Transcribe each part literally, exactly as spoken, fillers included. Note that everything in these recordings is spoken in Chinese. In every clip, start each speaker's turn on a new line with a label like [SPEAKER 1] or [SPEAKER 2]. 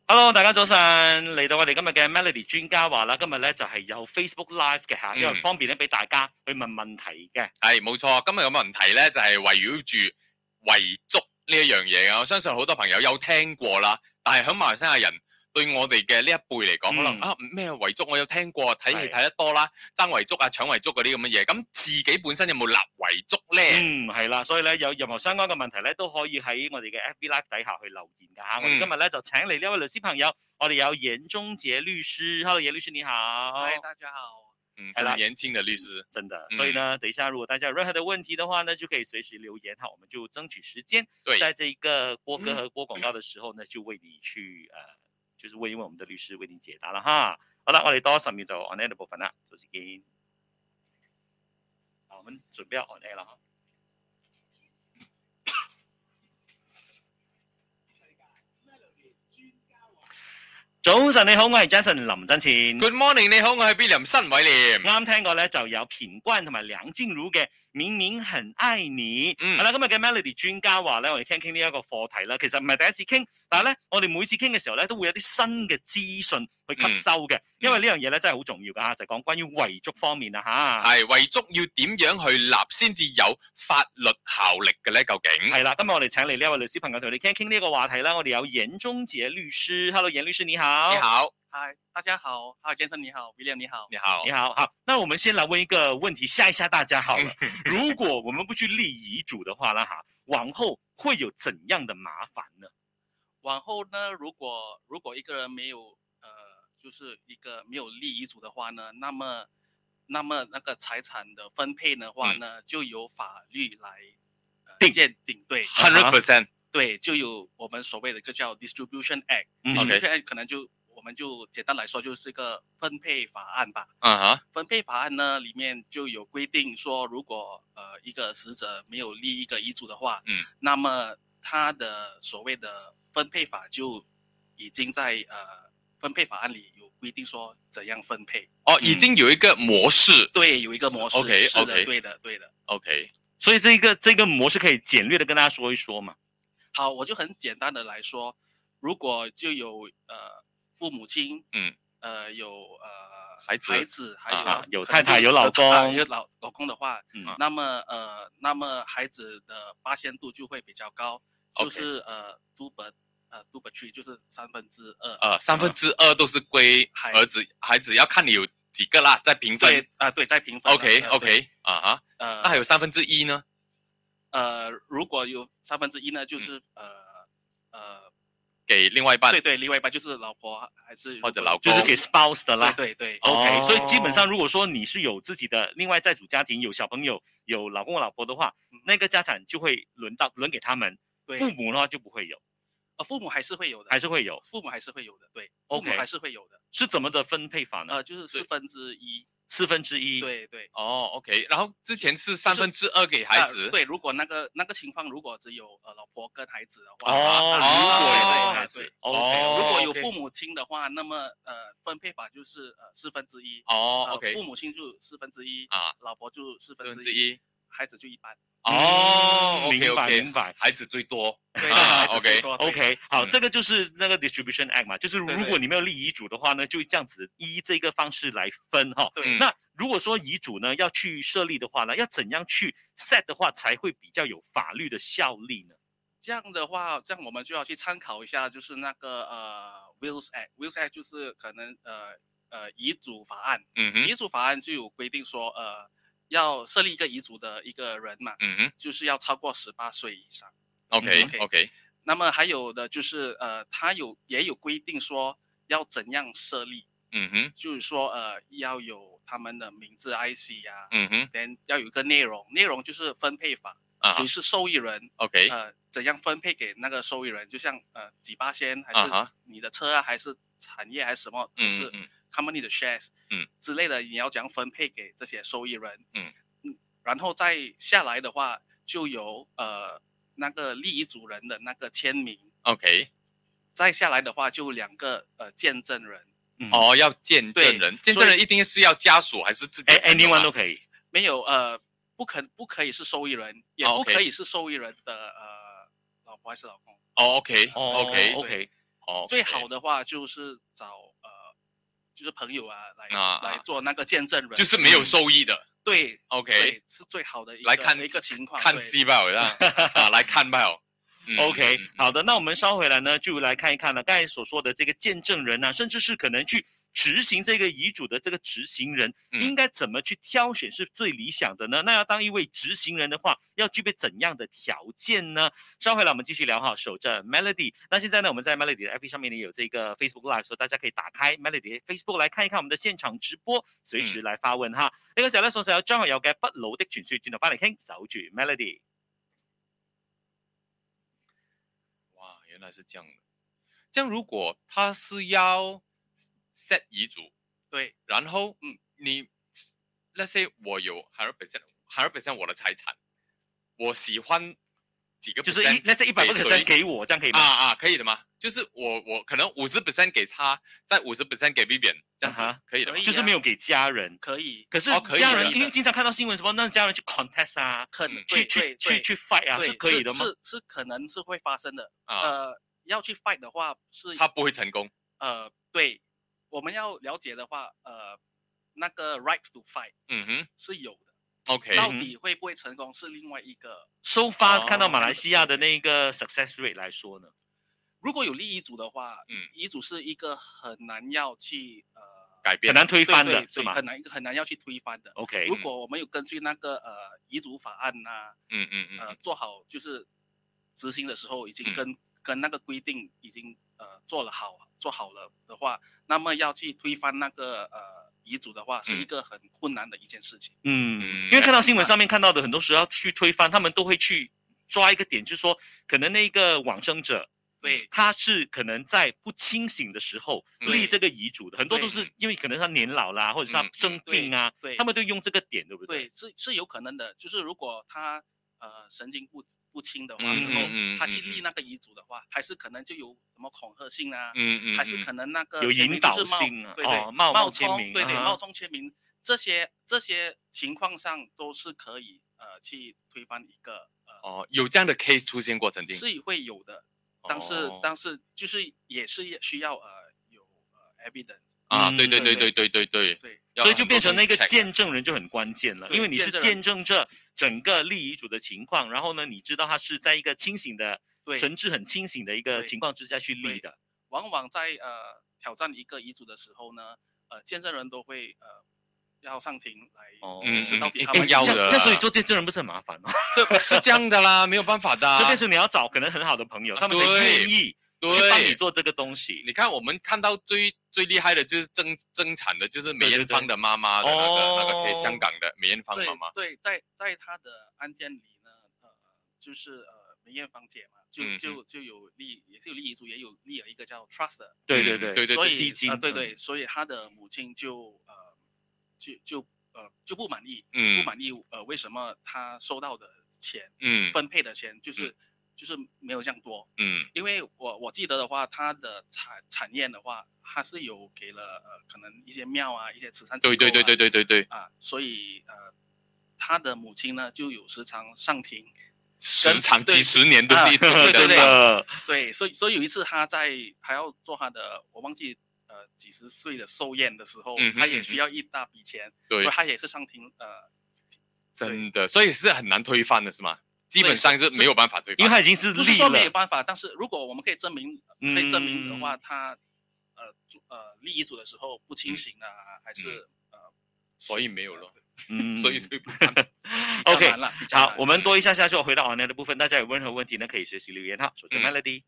[SPEAKER 1] Hello，大家早晨，嚟到我哋今日嘅 Melody 專家話啦，今日咧就係有 Facebook Live 嘅吓，因為方便咧俾大家去問問題嘅。
[SPEAKER 2] 係冇錯，今日嘅問題咧就係圍繞住遺囑呢一樣嘢啊！我相信好多朋友有聽過啦，但係喺馬來西亞人對我哋嘅呢一輩嚟講，可能啊咩遺囑我有聽過，睇戲睇得多啦，爭遺囑啊、搶遺囑嗰啲咁嘅嘢。咁自己本身有冇立遺囑咧？
[SPEAKER 1] 嗯，係啦，所以咧有任何相關嘅問題咧，都可以喺我哋嘅 F B Live 底下去留言噶吓。我哋今日咧就請嚟呢一位律師朋友，我哋有嚴忠傑律師。Hello，嚴律師你好。
[SPEAKER 3] 嗨，大家好。
[SPEAKER 2] 嗯，很年輕的律師，
[SPEAKER 1] 真的。所以呢，等一下如果大家有任何的問題的話呢，就可以隨時留言哈，我們就爭取時間，在這一個播歌和播廣告的時候呢，就為你去呃，就是問一問我們的律師為你解答了哈。好啦，我哋多十秒就 on air 的部分啦，做時間。好，我們準備要 on air 啦哈。早晨你好，我係 Jason 林振前。
[SPEAKER 2] Good morning， 你好，我係 William 新偉廉。
[SPEAKER 1] 啱聽過咧，就有品冠同埋梁靜茹嘅明明很愛你。嗯，係啦，今日嘅 Melody 專家話咧，我哋傾傾呢一個課題啦。其實唔係第一次傾，但係咧，我哋每次傾嘅時候咧，都會有啲新嘅資訊去吸收嘅。嗯、因為呢樣嘢咧真係好重要噶吓，就講、是、關於遺囑方面啦吓。係
[SPEAKER 2] 遺囑要點樣去立先至有法律效力嘅咧？究竟
[SPEAKER 1] 係啦，今日我哋請嚟呢一位律師朋友同你傾一傾呢個話題啦。我哋有嚴忠傑律師 ，Hello， 嚴律師你好。
[SPEAKER 2] 你好，
[SPEAKER 3] 嗨，大家好，哈，先生你好 ，William 你好，
[SPEAKER 2] 你好，
[SPEAKER 1] 你好，好，那我們先來問一個問題，嚇一嚇大家好了。如果我們不去立遺囑的話啦，哈，往後會有怎樣的麻煩呢？
[SPEAKER 3] 往後呢，如果如果一個人沒有，呃，就是一個沒有立遺囑的話呢，那麼那麼那個財產的分配的話呢，嗯、就由法律來、呃、定鑑定，對
[SPEAKER 2] ，hundred percent。
[SPEAKER 3] 對，就有我們所謂的一個叫 Distribution Act，Distribution、
[SPEAKER 2] 嗯、
[SPEAKER 3] Act 可能就我們就簡單來說就是一個分配法案吧。
[SPEAKER 2] 嗯哼，
[SPEAKER 3] 分配法案呢裏面就有規定說，如果呃一個死者沒有立一個遺囑的話，嗯，那麼他的所謂的分配法就已經在呃分配法案裏有規定說怎樣分配。
[SPEAKER 2] 哦，已經有一個模式。
[SPEAKER 3] 嗯、對，有一個模式。
[SPEAKER 2] OK，
[SPEAKER 3] 是的
[SPEAKER 2] OK，
[SPEAKER 3] 對的，對的。
[SPEAKER 1] OK， 所以這個這個模式可以簡略的跟大家說一說嘛。
[SPEAKER 3] 好，我就很簡單的來說，如果就有呃父母親，嗯，呃有呃孩子，孩子還有、啊、
[SPEAKER 1] 有太太有老公，
[SPEAKER 3] 啊、有老老公的話，嗯，那麼呃那麼孩子的八仙度就會比較高，就是 okay. 呃 two per 呃 two per three 就是三分之二，
[SPEAKER 2] 呃三分之二都是歸兒子，嗯、孩子要看你有幾個啦，再平分，
[SPEAKER 3] 對啊、呃、對，再平分
[SPEAKER 2] ，OK OK 啊哈，呃那還有三分之一呢？
[SPEAKER 3] 呃，如果有三分之一呢，就是、嗯、呃呃，
[SPEAKER 2] 給另外一半。
[SPEAKER 3] 對對，另外一半就是老婆還是
[SPEAKER 2] 或者老公，
[SPEAKER 1] 就是給 spouse 的啦。
[SPEAKER 3] 對對對
[SPEAKER 1] ，OK、哦。所以基本上，如果說你是有自己的另外債主家庭，有小朋友，有老公和老婆的話，嗯、那個家產就會輪到輪給他們。對，父母的話就不會有。
[SPEAKER 3] 呃，父母還是會有的，
[SPEAKER 1] 還是會有，
[SPEAKER 3] 父母還是會有的。對，父母還是會有的。
[SPEAKER 1] 是怎麼的分配法呢？
[SPEAKER 3] 呃，就是四分之一。
[SPEAKER 1] 四分之一，
[SPEAKER 3] 對對，
[SPEAKER 2] 哦 ，OK， 然後之前是三分之二給孩子，
[SPEAKER 3] 就是呃、對，如果那個那個情況，如果只有呃老婆跟孩子的話，
[SPEAKER 1] 哦，如果有孩子，
[SPEAKER 3] 對，OK，如果有父母親的話，那麼呃分配法就是呃四分之一，
[SPEAKER 2] 哦，OK，
[SPEAKER 3] 父母親就四分之一，
[SPEAKER 2] 啊，
[SPEAKER 3] 老婆就四分
[SPEAKER 2] 之一，
[SPEAKER 3] 孩子就一半。
[SPEAKER 2] 哦，
[SPEAKER 1] 明白明白，
[SPEAKER 2] 孩子最多，
[SPEAKER 3] 對，OK
[SPEAKER 1] OK， 好，這個就是那個 distribution act 嘛，就是如果你沒有立遺囑的話呢，就這樣子依這個方式來分哈。對，那如果說遺囑呢要去設立的話呢，要怎樣去 set 的話才會比較有法律的效力呢？
[SPEAKER 3] 這樣的話，這樣我們就要去參考一下，就是那個呃 Wills Act，Wills Act 就是可能呃呃遺囑法案，嗯哼，遺囑法案就有規定說呃。要設立一個遺囑的一個人嘛，嗯哼，就是要超過十八歲以上。
[SPEAKER 2] OK OK, okay。
[SPEAKER 3] 那麼還有的就是呃，他有也有規定說要怎樣設立，嗯哼，就是說呃要有他們的名字 I C 啊，嗯哼，then 要有一個內容，內容就是分配法，誰、uh-huh. 是受益人 ，OK， 呃怎樣分配給那個受益人，就像呃幾巴仙還是你的車啊，還是產業還是什麼，嗯、就是。嗯company 的 shares， 嗯之類的，你要怎樣分配給這些受益人，嗯嗯，然後再下來的話，就由呃那個立遺囑人的那個簽名 ，OK， 再下來的話就兩個呃見證人，
[SPEAKER 2] 嗯、哦要見證人，見證人一定是要家屬還是自己
[SPEAKER 1] ？anyone 都可以，
[SPEAKER 3] 沒有呃不可不可以是受益人，也不可以是受益人的、哦 okay. 呃老婆還是老公。
[SPEAKER 2] 哦 OK
[SPEAKER 1] 哦
[SPEAKER 2] OK
[SPEAKER 1] OK。
[SPEAKER 2] 哦，
[SPEAKER 3] 最好的话就是找呃，就是朋友啊来、啊、来做那个见证人，
[SPEAKER 2] 就是没有收益的。嗯、
[SPEAKER 3] 对
[SPEAKER 2] ，OK，
[SPEAKER 3] 是最好的一个
[SPEAKER 2] 来看
[SPEAKER 3] 一个情况，
[SPEAKER 2] 看戏吧，啊，来看吧。
[SPEAKER 1] 嗯、OK，、嗯、好的，那我们稍回来呢，就来看一看了刚才所说的这个见证人啊，甚至是可能去执行这个遗嘱的这个执行人，嗯、应该怎么去挑选是最理想的呢？那要当一位执行人的话，要具备怎样的条件呢？稍回来我们继续聊哈，守着 Melody。那现在呢，我们在 Melody 的 F B 上面呢有这个 Facebook Live， 所以大家可以打開 Melody 的 Facebook 來看一看我們的現場直播，隨時來發問哈。呢、嗯、個時候咧，送上有張學友嘅《不老的傳說》，轉頭翻嚟傾，守住 Melody。
[SPEAKER 2] 哇，原來是這樣的。這樣如果他是要 set 遺囑，
[SPEAKER 3] 對，
[SPEAKER 2] 然後嗯，你 let's say 我有百分之百百分之百我的財產，我喜歡幾個 percent，
[SPEAKER 1] 就是一 let's say 一百 percent 給我，這樣可以嗎？
[SPEAKER 2] 啊啊，可以的嗎？就是我我可能五十 percent 給他，再五十 percent 給 Vivian， 這樣子、uh-huh, 可以的嗎？
[SPEAKER 1] 就是沒有給家人，
[SPEAKER 3] 可以。
[SPEAKER 1] 可是家人、哦、因為經常看到新聞什麼，讓家人去 contest 啊，
[SPEAKER 3] 可
[SPEAKER 1] 能去去去去 fight 啊，是可以的嗎？
[SPEAKER 3] 是是可能是會發生的。啊、呃，要去 fight 的話是，
[SPEAKER 2] 他不會成功。
[SPEAKER 3] 呃，對，我們要了解的話，呃，那個 right to fight，
[SPEAKER 2] 嗯哼，
[SPEAKER 3] 是有的。
[SPEAKER 2] OK，
[SPEAKER 3] 到底會不會成功是另外一個。
[SPEAKER 1] So far、哦、看到馬來西亞的那個 success rate 來說呢，
[SPEAKER 3] 如果有立遺囑的話，
[SPEAKER 2] 嗯，
[SPEAKER 3] 遺囑是一個很難要去呃
[SPEAKER 2] 改變、
[SPEAKER 1] 很難推翻的，
[SPEAKER 3] 對對對
[SPEAKER 1] 是嗎？
[SPEAKER 3] 很難很難要去推翻的。
[SPEAKER 1] OK，
[SPEAKER 3] 如果我們有根據那個呃遺囑法案啊，
[SPEAKER 2] 嗯嗯嗯，
[SPEAKER 3] 呃做好就是執行的時候已經跟、嗯、跟那個規定已經呃做了好做好了的話，那麼要去推翻那個呃遺囑的話，是一個很困難的一件事情。
[SPEAKER 1] 嗯，因為看到新聞上面看到的很多時候要去推翻，他們都會去抓一個點，就是說可能那個往生者。
[SPEAKER 3] 對，
[SPEAKER 1] 他是可能在不清醒的時候立這個遺囑的，很多都是因為可能他年老啦，或者是他生病啊，
[SPEAKER 3] 對，
[SPEAKER 1] 他們都用這個點，對不對？
[SPEAKER 3] 對，是是有可能的。就是如果他呃神經不不清的話時候，嗯嗯、他去立那個遺囑的話，還是可能就有什麼恐嚇性啊，嗯嗯，還是可能那個
[SPEAKER 1] 有引導性啊，
[SPEAKER 3] 對對，
[SPEAKER 1] 哦、冒
[SPEAKER 3] 冒
[SPEAKER 1] 充，
[SPEAKER 3] 對對，冒充簽名，這些這些情況上都是可以呃去推翻一個呃
[SPEAKER 2] 哦，有這樣的 case 出現過曾經，
[SPEAKER 3] 是會有的。但是、哦、但是就是也是需要呃有呃 evidence
[SPEAKER 2] 啊，對對對對對對對
[SPEAKER 3] 對，
[SPEAKER 1] 所以就變成那個見證人就很關鍵了，因為你是見證着整個立遺囑的情況，然後呢，你知道他是在一個清醒的、神智很清醒的一個情況之下去立的。
[SPEAKER 3] 往往在呃挑戰一個遺囑的時候呢，呃見證人都會呃要上庭來解釋到底他們、
[SPEAKER 2] 嗯、要的，
[SPEAKER 1] 這所以做見證人不是很麻煩嗎？
[SPEAKER 2] 是是這樣的啦，沒有辦法的、啊。
[SPEAKER 1] 這便是你要找可能很好的朋友，他們才願意去幫你做這個東西。
[SPEAKER 2] 你看，我們看到最最厲害的就是爭爭產的，就是梅艷芳的媽媽的那個對對對那個 case，、哦、香港的梅艷芳媽媽。
[SPEAKER 3] 對，對在在她的案件裡呢，呃，就是呃梅艷芳姐嘛，就、嗯、就就有立，也是有立遺囑，也有立了一個叫 trust 的。
[SPEAKER 1] 對對對，
[SPEAKER 2] 對對
[SPEAKER 3] 所以
[SPEAKER 1] 基金、
[SPEAKER 3] 呃，對對，所以她的母親就呃。就就呃就不滿意，
[SPEAKER 2] 嗯，
[SPEAKER 3] 不滿意呃為什麼他收到的錢，
[SPEAKER 2] 嗯，
[SPEAKER 3] 分配的錢就是、嗯、就是沒有這樣多，
[SPEAKER 2] 嗯，
[SPEAKER 3] 因為我我記得的話，他的產產業的話，他是有給了呃可能一些廟啊，一些慈善機構、啊，
[SPEAKER 2] 對對對對對對對
[SPEAKER 3] 啊，所以呃他的母親呢就有時常上庭，
[SPEAKER 2] 時常幾十年都是一
[SPEAKER 3] 對對對
[SPEAKER 2] 對，
[SPEAKER 3] 對，所以所以有一次他在還要做他的，我忘記。呃，幾十歲的壽宴的時候，
[SPEAKER 2] 嗯、
[SPEAKER 3] 他也需要一大筆錢，
[SPEAKER 2] 對，
[SPEAKER 3] 所以他也是上庭，呃，
[SPEAKER 2] 真的，所以是很難推翻的，是嗎？基本上是沒有辦法推翻，
[SPEAKER 1] 因為他已經是立了，
[SPEAKER 3] 不是說沒有辦法，但是如果我們可以證明，嗯、可以證明的話，他呃呃立遺囑的時候不清醒啊，嗯、還是、嗯、呃，
[SPEAKER 2] 所以沒有了，
[SPEAKER 1] 嗯，
[SPEAKER 2] 所以推不翻。
[SPEAKER 1] OK，好，我們多一下下就回到 online 的部分，大家有任何問題呢，可以隨時留言哈，守着 Melody。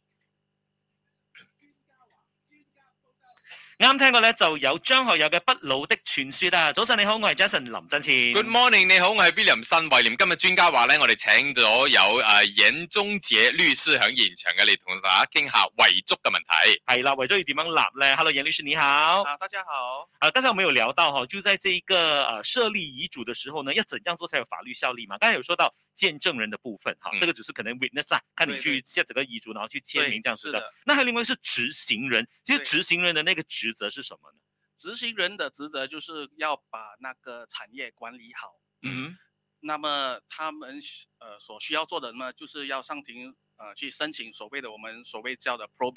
[SPEAKER 1] 啱聽過咧，就有張學友嘅《不老的傳說》啊！早晨你好，我係 Jason 林振前。
[SPEAKER 2] Good morning， 你好，我係 William 新慧廉。今日專家話咧，我哋請咗有誒嚴宗傑律師喺現場嘅，嚟同大家傾下遺囑嘅問題。
[SPEAKER 1] 係啦，遺囑要點樣立咧 ？Hello，嚴律師你好。
[SPEAKER 3] 啊，大家好。
[SPEAKER 1] 啊，剛才我們有聊到哈，就在這一個呃設立遺囑的時候呢，要怎樣做才有法律效力嘛？剛才有說到見證人的部分哈，嗯、這個只是可能 witness 啦，看你去寫整個遺囑，然後去簽名這樣子的。的那還有另外是執行人，其實執行人的那個職責是什麼呢？
[SPEAKER 3] 執行人的職責就是要把那個產業管理好。
[SPEAKER 1] 嗯，
[SPEAKER 3] 那麼他們呃所需要做的呢，就是要上庭呃去申請所謂的我們所謂叫的 probate。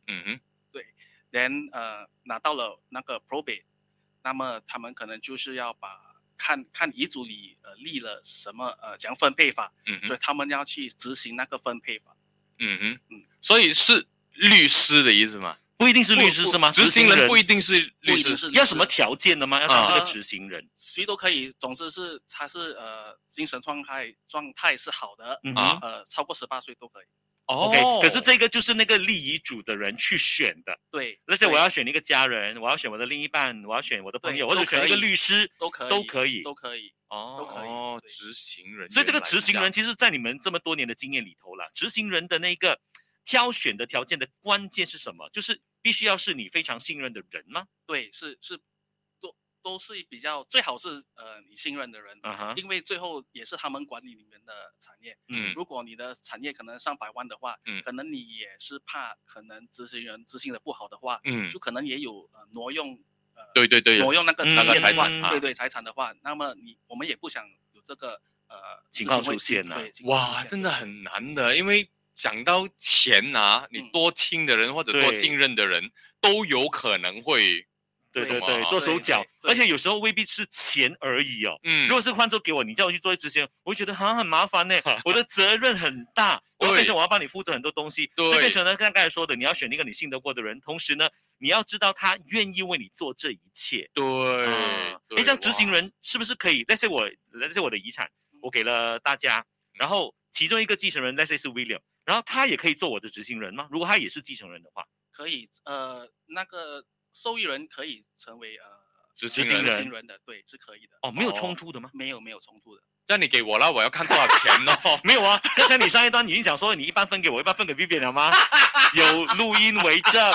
[SPEAKER 2] 嗯哼，
[SPEAKER 3] 对 ，then 呃拿到了那个 probate， 那么他们可能就是要把看看遗嘱里呃立了什么呃怎样分配法，
[SPEAKER 2] 嗯，
[SPEAKER 3] 所以他们要去执行那个分配法。
[SPEAKER 2] 嗯哼，嗯，所以是律师的意思吗？
[SPEAKER 1] 不一定是律师是吗？
[SPEAKER 2] 执行人不一定是律师，
[SPEAKER 3] 是
[SPEAKER 1] 要什么条件的吗？要当这个执行人，
[SPEAKER 3] 谁都可以。总之是他是呃精神状态状态是好的
[SPEAKER 1] 啊，
[SPEAKER 3] 呃超过十八岁都可以。
[SPEAKER 1] 哦 ，OK， 可是这个就是那个立遗嘱的人去选的。
[SPEAKER 3] 对，
[SPEAKER 1] 而且我要选一个家人，我要选我的另一半，我要选我的朋友，或者选一个律师，
[SPEAKER 3] 都可以，
[SPEAKER 1] 都可以，
[SPEAKER 3] 都可以，
[SPEAKER 1] 哦，
[SPEAKER 3] 都可以。
[SPEAKER 2] 哦，执行人。
[SPEAKER 1] 所以这个执行人，其实在你们这么多年的经验里头了，执行人的那个挑选的条件的关键是什么？就是必须要是你非常信任的人吗？
[SPEAKER 3] 对，是是，都都是比较最好是呃你信任的人，
[SPEAKER 1] uh-huh.
[SPEAKER 3] 因为最后也是他们管理你们的产业。嗯，如果你的产业可能上百万的话，嗯，可能你也是怕可能执行人执行的不好的话，嗯，就可能也有呃挪用呃
[SPEAKER 2] 对对对
[SPEAKER 3] 挪用那个
[SPEAKER 2] 那个财产，
[SPEAKER 3] 对对财产的话，那么你我们也不想有这个呃
[SPEAKER 1] 情况出现
[SPEAKER 3] 呢。
[SPEAKER 2] 哇，真的很难的，因为讲到钱啊，你多亲的人或者多信任的人都有可能会，
[SPEAKER 1] 对对对，做手脚，而且有时候未必是钱而已哦。嗯，如果是换做给我，你叫我去做执行，我会觉得好像很麻烦呢，我的责任很大，我变成我要帮你负责很多东西，所以变成了刚才说的，你要选一个你信得过的人，同时呢，你要知道他愿意为你做这一切。
[SPEAKER 2] 对，
[SPEAKER 1] 哎，这样执行人是不是可以？那些我那些我的遗产，我给了大家，然后其中一个继承人那些是 William。然后他也可以做我的执行人吗？如果他也是继承人的话，
[SPEAKER 3] 可以。呃，那个受益人可以成为呃
[SPEAKER 2] 执行
[SPEAKER 3] 人，执行人的，对，是可以的。
[SPEAKER 1] 哦，没有冲突的吗？
[SPEAKER 3] 没有，没有冲突的。
[SPEAKER 2] 这样你给我了，我要看多少钱哦。
[SPEAKER 1] 没有啊，刚才你上一段已经讲说你一半分给我，一半分给 Vivian 了吗？有录音为证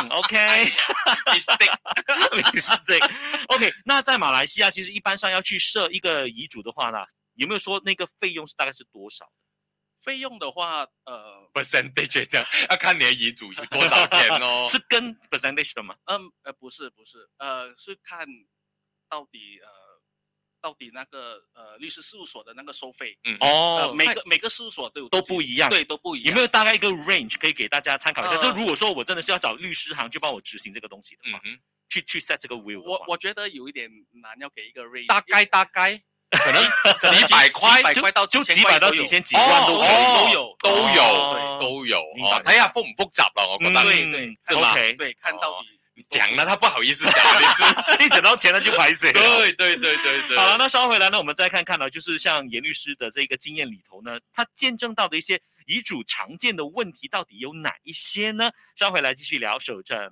[SPEAKER 1] ，OK。Mistake，Mistake。OK， 那在马来西亚，其实一般上要去设一个遗嘱的话呢，有没有说那个费用是大概是多少？
[SPEAKER 3] 费用的话，呃
[SPEAKER 2] ，percentage 这样要看你的遗嘱有多少钱哦。
[SPEAKER 1] 是跟 percentage 的吗？
[SPEAKER 3] 嗯，呃，不是，不是，呃，是看到底呃，到底那个呃律师事务所的那个收费。
[SPEAKER 1] 嗯哦、
[SPEAKER 3] 呃，每个每个事务所都有
[SPEAKER 1] 都不一样，
[SPEAKER 3] 对，都不一样。
[SPEAKER 1] 有没有大概一个 range 可以给大家参考一下？就、呃、如果说我真的是要找律师行去帮我执行这个东西的话，嗯、去去 set 这个 will 的话，
[SPEAKER 3] 我我觉得有一点难，要给一个 range。
[SPEAKER 2] 大概大概。可能几百块，
[SPEAKER 3] 几百块到
[SPEAKER 1] 就几百到几千几万都
[SPEAKER 3] 都有，
[SPEAKER 2] 都有，对，都有。哦，睇下複唔複雜啦，我覺得。
[SPEAKER 3] 對對，
[SPEAKER 2] 是嗎？
[SPEAKER 3] 對，看到底。
[SPEAKER 2] 講了，他不好意思講，你是
[SPEAKER 1] 一講到錢了就拍死。
[SPEAKER 2] 對對對對對。
[SPEAKER 1] 好了，那稍回來呢，我們再看看呢，就是像嚴律師的這個經驗裡頭呢，他見證到的一些遺囑常見的問題到底有哪一些呢？稍回來繼續聊，守着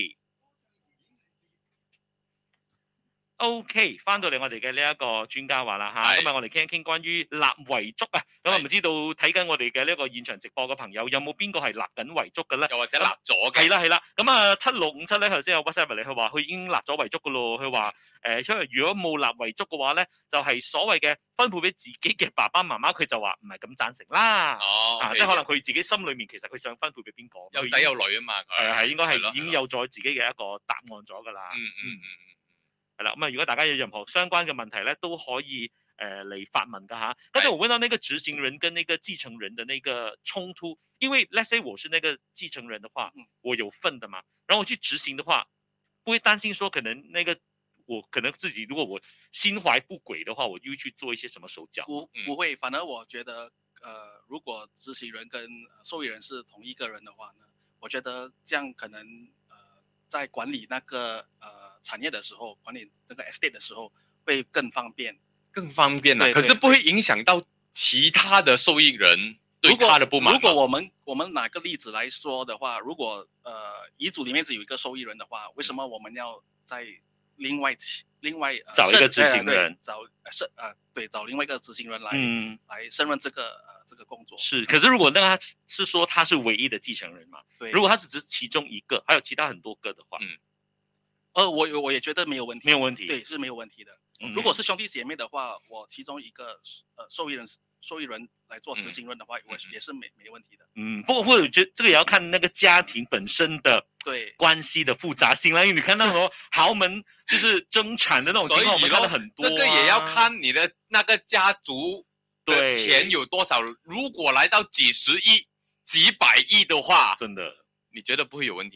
[SPEAKER 1] Melody。O.K. 翻到嚟我哋嘅呢一個專家話啦嚇，今日我哋傾一傾關於立遺囑啊，咁啊唔知道睇緊我哋嘅呢一個現場直播嘅朋友有冇邊個係立緊遺囑嘅咧？
[SPEAKER 2] 又或者立咗嘅？
[SPEAKER 1] 係啦係啦，咁啊七六五七咧頭先有 WhatsApp 嚟，佢話佢已經立咗遺囑嘅咯，佢話誒，因為如果冇立遺囑嘅話咧，就係、是、所謂嘅分配俾自己嘅爸爸媽媽，佢就話唔係咁贊成啦。
[SPEAKER 2] 哦，
[SPEAKER 1] 啊、即係可能佢自己心裏面其實佢想分配俾邊個？
[SPEAKER 2] 有仔有女啊嘛，
[SPEAKER 1] 係係應該係已經有咗自己嘅一個答案咗㗎啦。
[SPEAKER 2] 嗯嗯嗯。
[SPEAKER 1] 係啦，咁啊，如果大家有任何相關嘅問題咧，都可以誒嚟、呃、發問噶嚇。剛才我問到那個執行人跟那個繼承人的那個衝突，因為 let's say 我是那個繼承人的話，我有份的嘛，然後我去執行的話，不會擔心說可能那個我可能自己如果我心懷不軌的話，我又去做一些什麼手腳？
[SPEAKER 3] 不不會，反而我覺得，呃，如果執行人跟受益人是同一個人的話呢，我覺得這樣可能呃在管理那個呃。產業的時候，管理這個 estate 的時候會更方便，
[SPEAKER 2] 更方便啦。可是不會影響到其他的受益人對他的不滿。
[SPEAKER 3] 如果我們我們拿個例子來說的話，如果呃遺囑裡面只有一個受益人的話，為什麼我們要再另外另外、呃、
[SPEAKER 1] 找一個執行人？
[SPEAKER 3] 呃、找是呃對，找另外一個執行人來、嗯、來勝任這個呃這個工作。
[SPEAKER 1] 是，可是如果那個他是說他是唯一的繼承人嘛？對，如果他只是其中一個，還有其他很多個的話，嗯。
[SPEAKER 3] 呃，我我也覺得沒有問題，
[SPEAKER 1] 沒有問題，
[SPEAKER 3] 對，是沒有問題的。嗯、如果是兄弟姐妹的話，我其中一個呃受益人受益人來做執行人的話，我、嗯、也是沒沒問題的。
[SPEAKER 1] 嗯，不過我覺得這個也要看那個家庭本身的對關係的複雜性啦。因為你看那種豪門就是爭產的那種情況，我們看得很多、啊。
[SPEAKER 2] 這個也要看你的那個家族的錢有多少。如果來到幾十億、幾百億的話，
[SPEAKER 1] 真的，
[SPEAKER 2] 你覺得不會有問題嗎？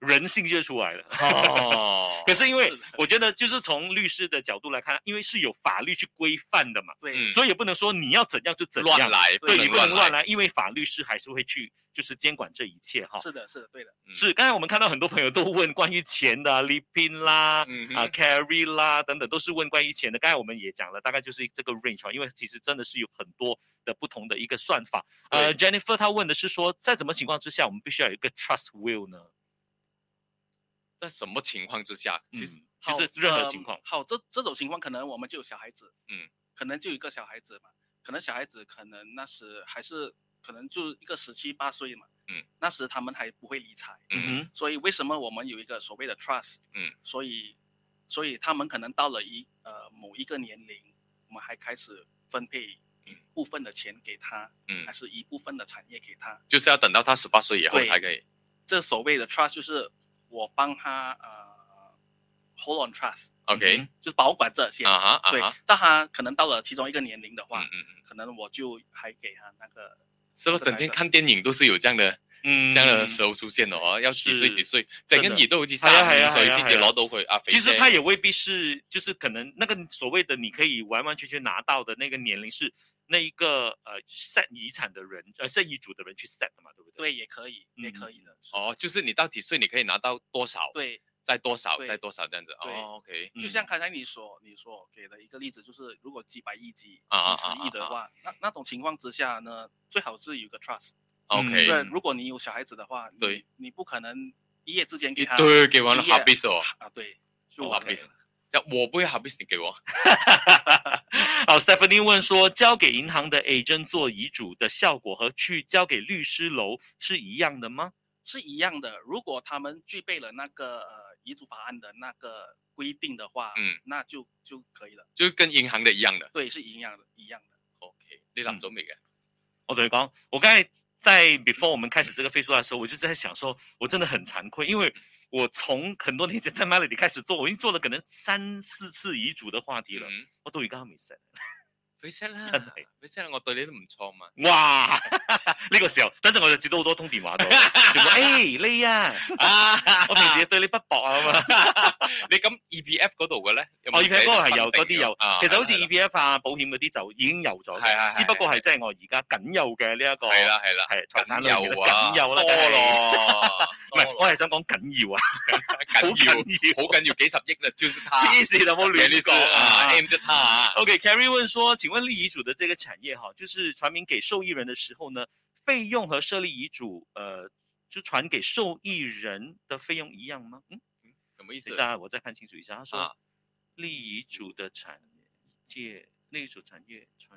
[SPEAKER 1] 人性就出来了。
[SPEAKER 2] 哦，
[SPEAKER 1] 可是因为我觉得就是从律师的角度来看，因为是有法律去规范的嘛，
[SPEAKER 3] 对，
[SPEAKER 1] 所以也不能说你要怎样就怎样
[SPEAKER 2] 乱来，
[SPEAKER 1] 对，你不能乱
[SPEAKER 2] 来，
[SPEAKER 1] 来，因为法律是还是会去就是监管这一切哈。
[SPEAKER 3] 是的，是的，对的。
[SPEAKER 1] 是，刚才我们看到很多朋友都问关于钱的 ，Lipin 啦，嗯、啊 Carrie 啦等等，都是问关于钱的。刚才我们也讲了，大概就是这个 range 因为其实真的是有很多的不同的一个算法。呃 ，Jennifer 她问的是说，在什么情况之下我们必须要有一个 trust will 呢？
[SPEAKER 2] 在什么情况之下？其实、嗯、
[SPEAKER 1] 其实任何情况。
[SPEAKER 3] 呃、好，这这种情况可能我们就有小孩子，
[SPEAKER 2] 嗯，
[SPEAKER 3] 可能就有一个小孩子嘛，可能小孩子可能那时还是可能就一个十七八岁嘛，
[SPEAKER 2] 嗯，
[SPEAKER 3] 那时他们还不会理财，
[SPEAKER 1] 嗯哼，
[SPEAKER 3] 所以为什么我们有一个所谓的 trust，
[SPEAKER 2] 嗯，
[SPEAKER 3] 所以所以他们可能到了一呃某一个年龄，我们还开始分配一部分的钱给他，嗯，还是一部分的产业给他，
[SPEAKER 2] 就是要等到他十八岁以后才可以。
[SPEAKER 3] 这所谓的 trust 就是我帮他呃 hold on trust，OK，、
[SPEAKER 2] 嗯、
[SPEAKER 3] 就是保管这些，
[SPEAKER 2] 啊哈，
[SPEAKER 3] 对，但他可能到了其中一个年龄的话，
[SPEAKER 2] 嗯嗯嗯，
[SPEAKER 3] 可能我就还给他那个，
[SPEAKER 2] 是咯，整天看電影都是有這樣的，嗯，這樣的時候出現哦，要幾歲幾歲，整個兒都好似三五歲先至攞到佢啊。
[SPEAKER 1] 其實他也未必是，就是可能那個所謂的你可以完完全全拿到的那個年齡是那一個呃 set 遺產的人，呃 set 遺囑的人去 set 的嘛，對不對？
[SPEAKER 3] 對，也可以，也可以的。
[SPEAKER 2] 哦，就是你到幾歲你可以拿到多少？
[SPEAKER 3] 對。
[SPEAKER 2] 再多少，再多少這樣子。哦 ，OK。
[SPEAKER 3] 就像剛才你所你所給的一個例子，就是如果幾百億、幾幾十億的話，那那種情況之下呢，最好是有個 trust。OK。對，如果你有小孩子的話，對，你不可能一夜之間給他。
[SPEAKER 2] 對，給完了 habis 哦。
[SPEAKER 3] 啊，對，
[SPEAKER 2] 就 habis。我不會 habis，你給我。
[SPEAKER 1] 好 ，Stephanie 問說，交給銀行的 agent 做遺囑的效果和去交給律師樓是一樣的嗎？
[SPEAKER 3] 是一樣的，如果他們具備了那個呃遺囑法案的那個規定的話，嗯，那就就可以了，
[SPEAKER 2] 就跟銀行的一樣的，
[SPEAKER 3] 對，是一樣的，一樣的。
[SPEAKER 2] OK， 你諗咗未嘅？
[SPEAKER 1] 我對你講，我剛才在 before 我們開始這個 Facebook 的時候，我就在想說，我真的很慚愧，因為我從很多年前在 Melody 開始做，我已經做了可能三四次遺囑的話題了，嗯、我到而家都未 set。
[SPEAKER 2] 佢 set 啦，
[SPEAKER 1] 真係
[SPEAKER 2] 佢 set 啦，我對你都唔錯嘛。
[SPEAKER 1] 哇！呢個時候，等陣我就接到好多通電話到，全部誒你啊，啊我平時對你不薄啊嘛。
[SPEAKER 2] 你咁 E P F 嗰度嘅咧？
[SPEAKER 1] 哦 ，E P F 嗰個係有，嗰啲有。
[SPEAKER 2] 啊、
[SPEAKER 1] 其實好似 E P F 啊、保險嗰啲就已經有咗，
[SPEAKER 2] 係係。
[SPEAKER 1] 只不過係即係我而家僅有嘅呢一個。
[SPEAKER 2] 係啦係啦，
[SPEAKER 1] 係財產裏面
[SPEAKER 2] 嘅
[SPEAKER 1] 僅有啦，
[SPEAKER 2] 多咯。
[SPEAKER 1] 唔係，我係想講緊要啊，
[SPEAKER 2] 緊要，好緊要，幾十億啦，就是他。
[SPEAKER 1] 黐線有冇亂講
[SPEAKER 2] 啊 ？M 就他啊。
[SPEAKER 1] OK，Carrie 問說：請問立遺囑的這個產業哈，就是傳名給受益人的時候呢，費用和設立遺囑，呃，就傳給受益人的費用一樣嗎？嗯，
[SPEAKER 2] 什麼意思？
[SPEAKER 1] 等一下，我再看清楚一下。他說，
[SPEAKER 2] 啊、
[SPEAKER 1] 立遺囑的產業，立遺囑產業傳，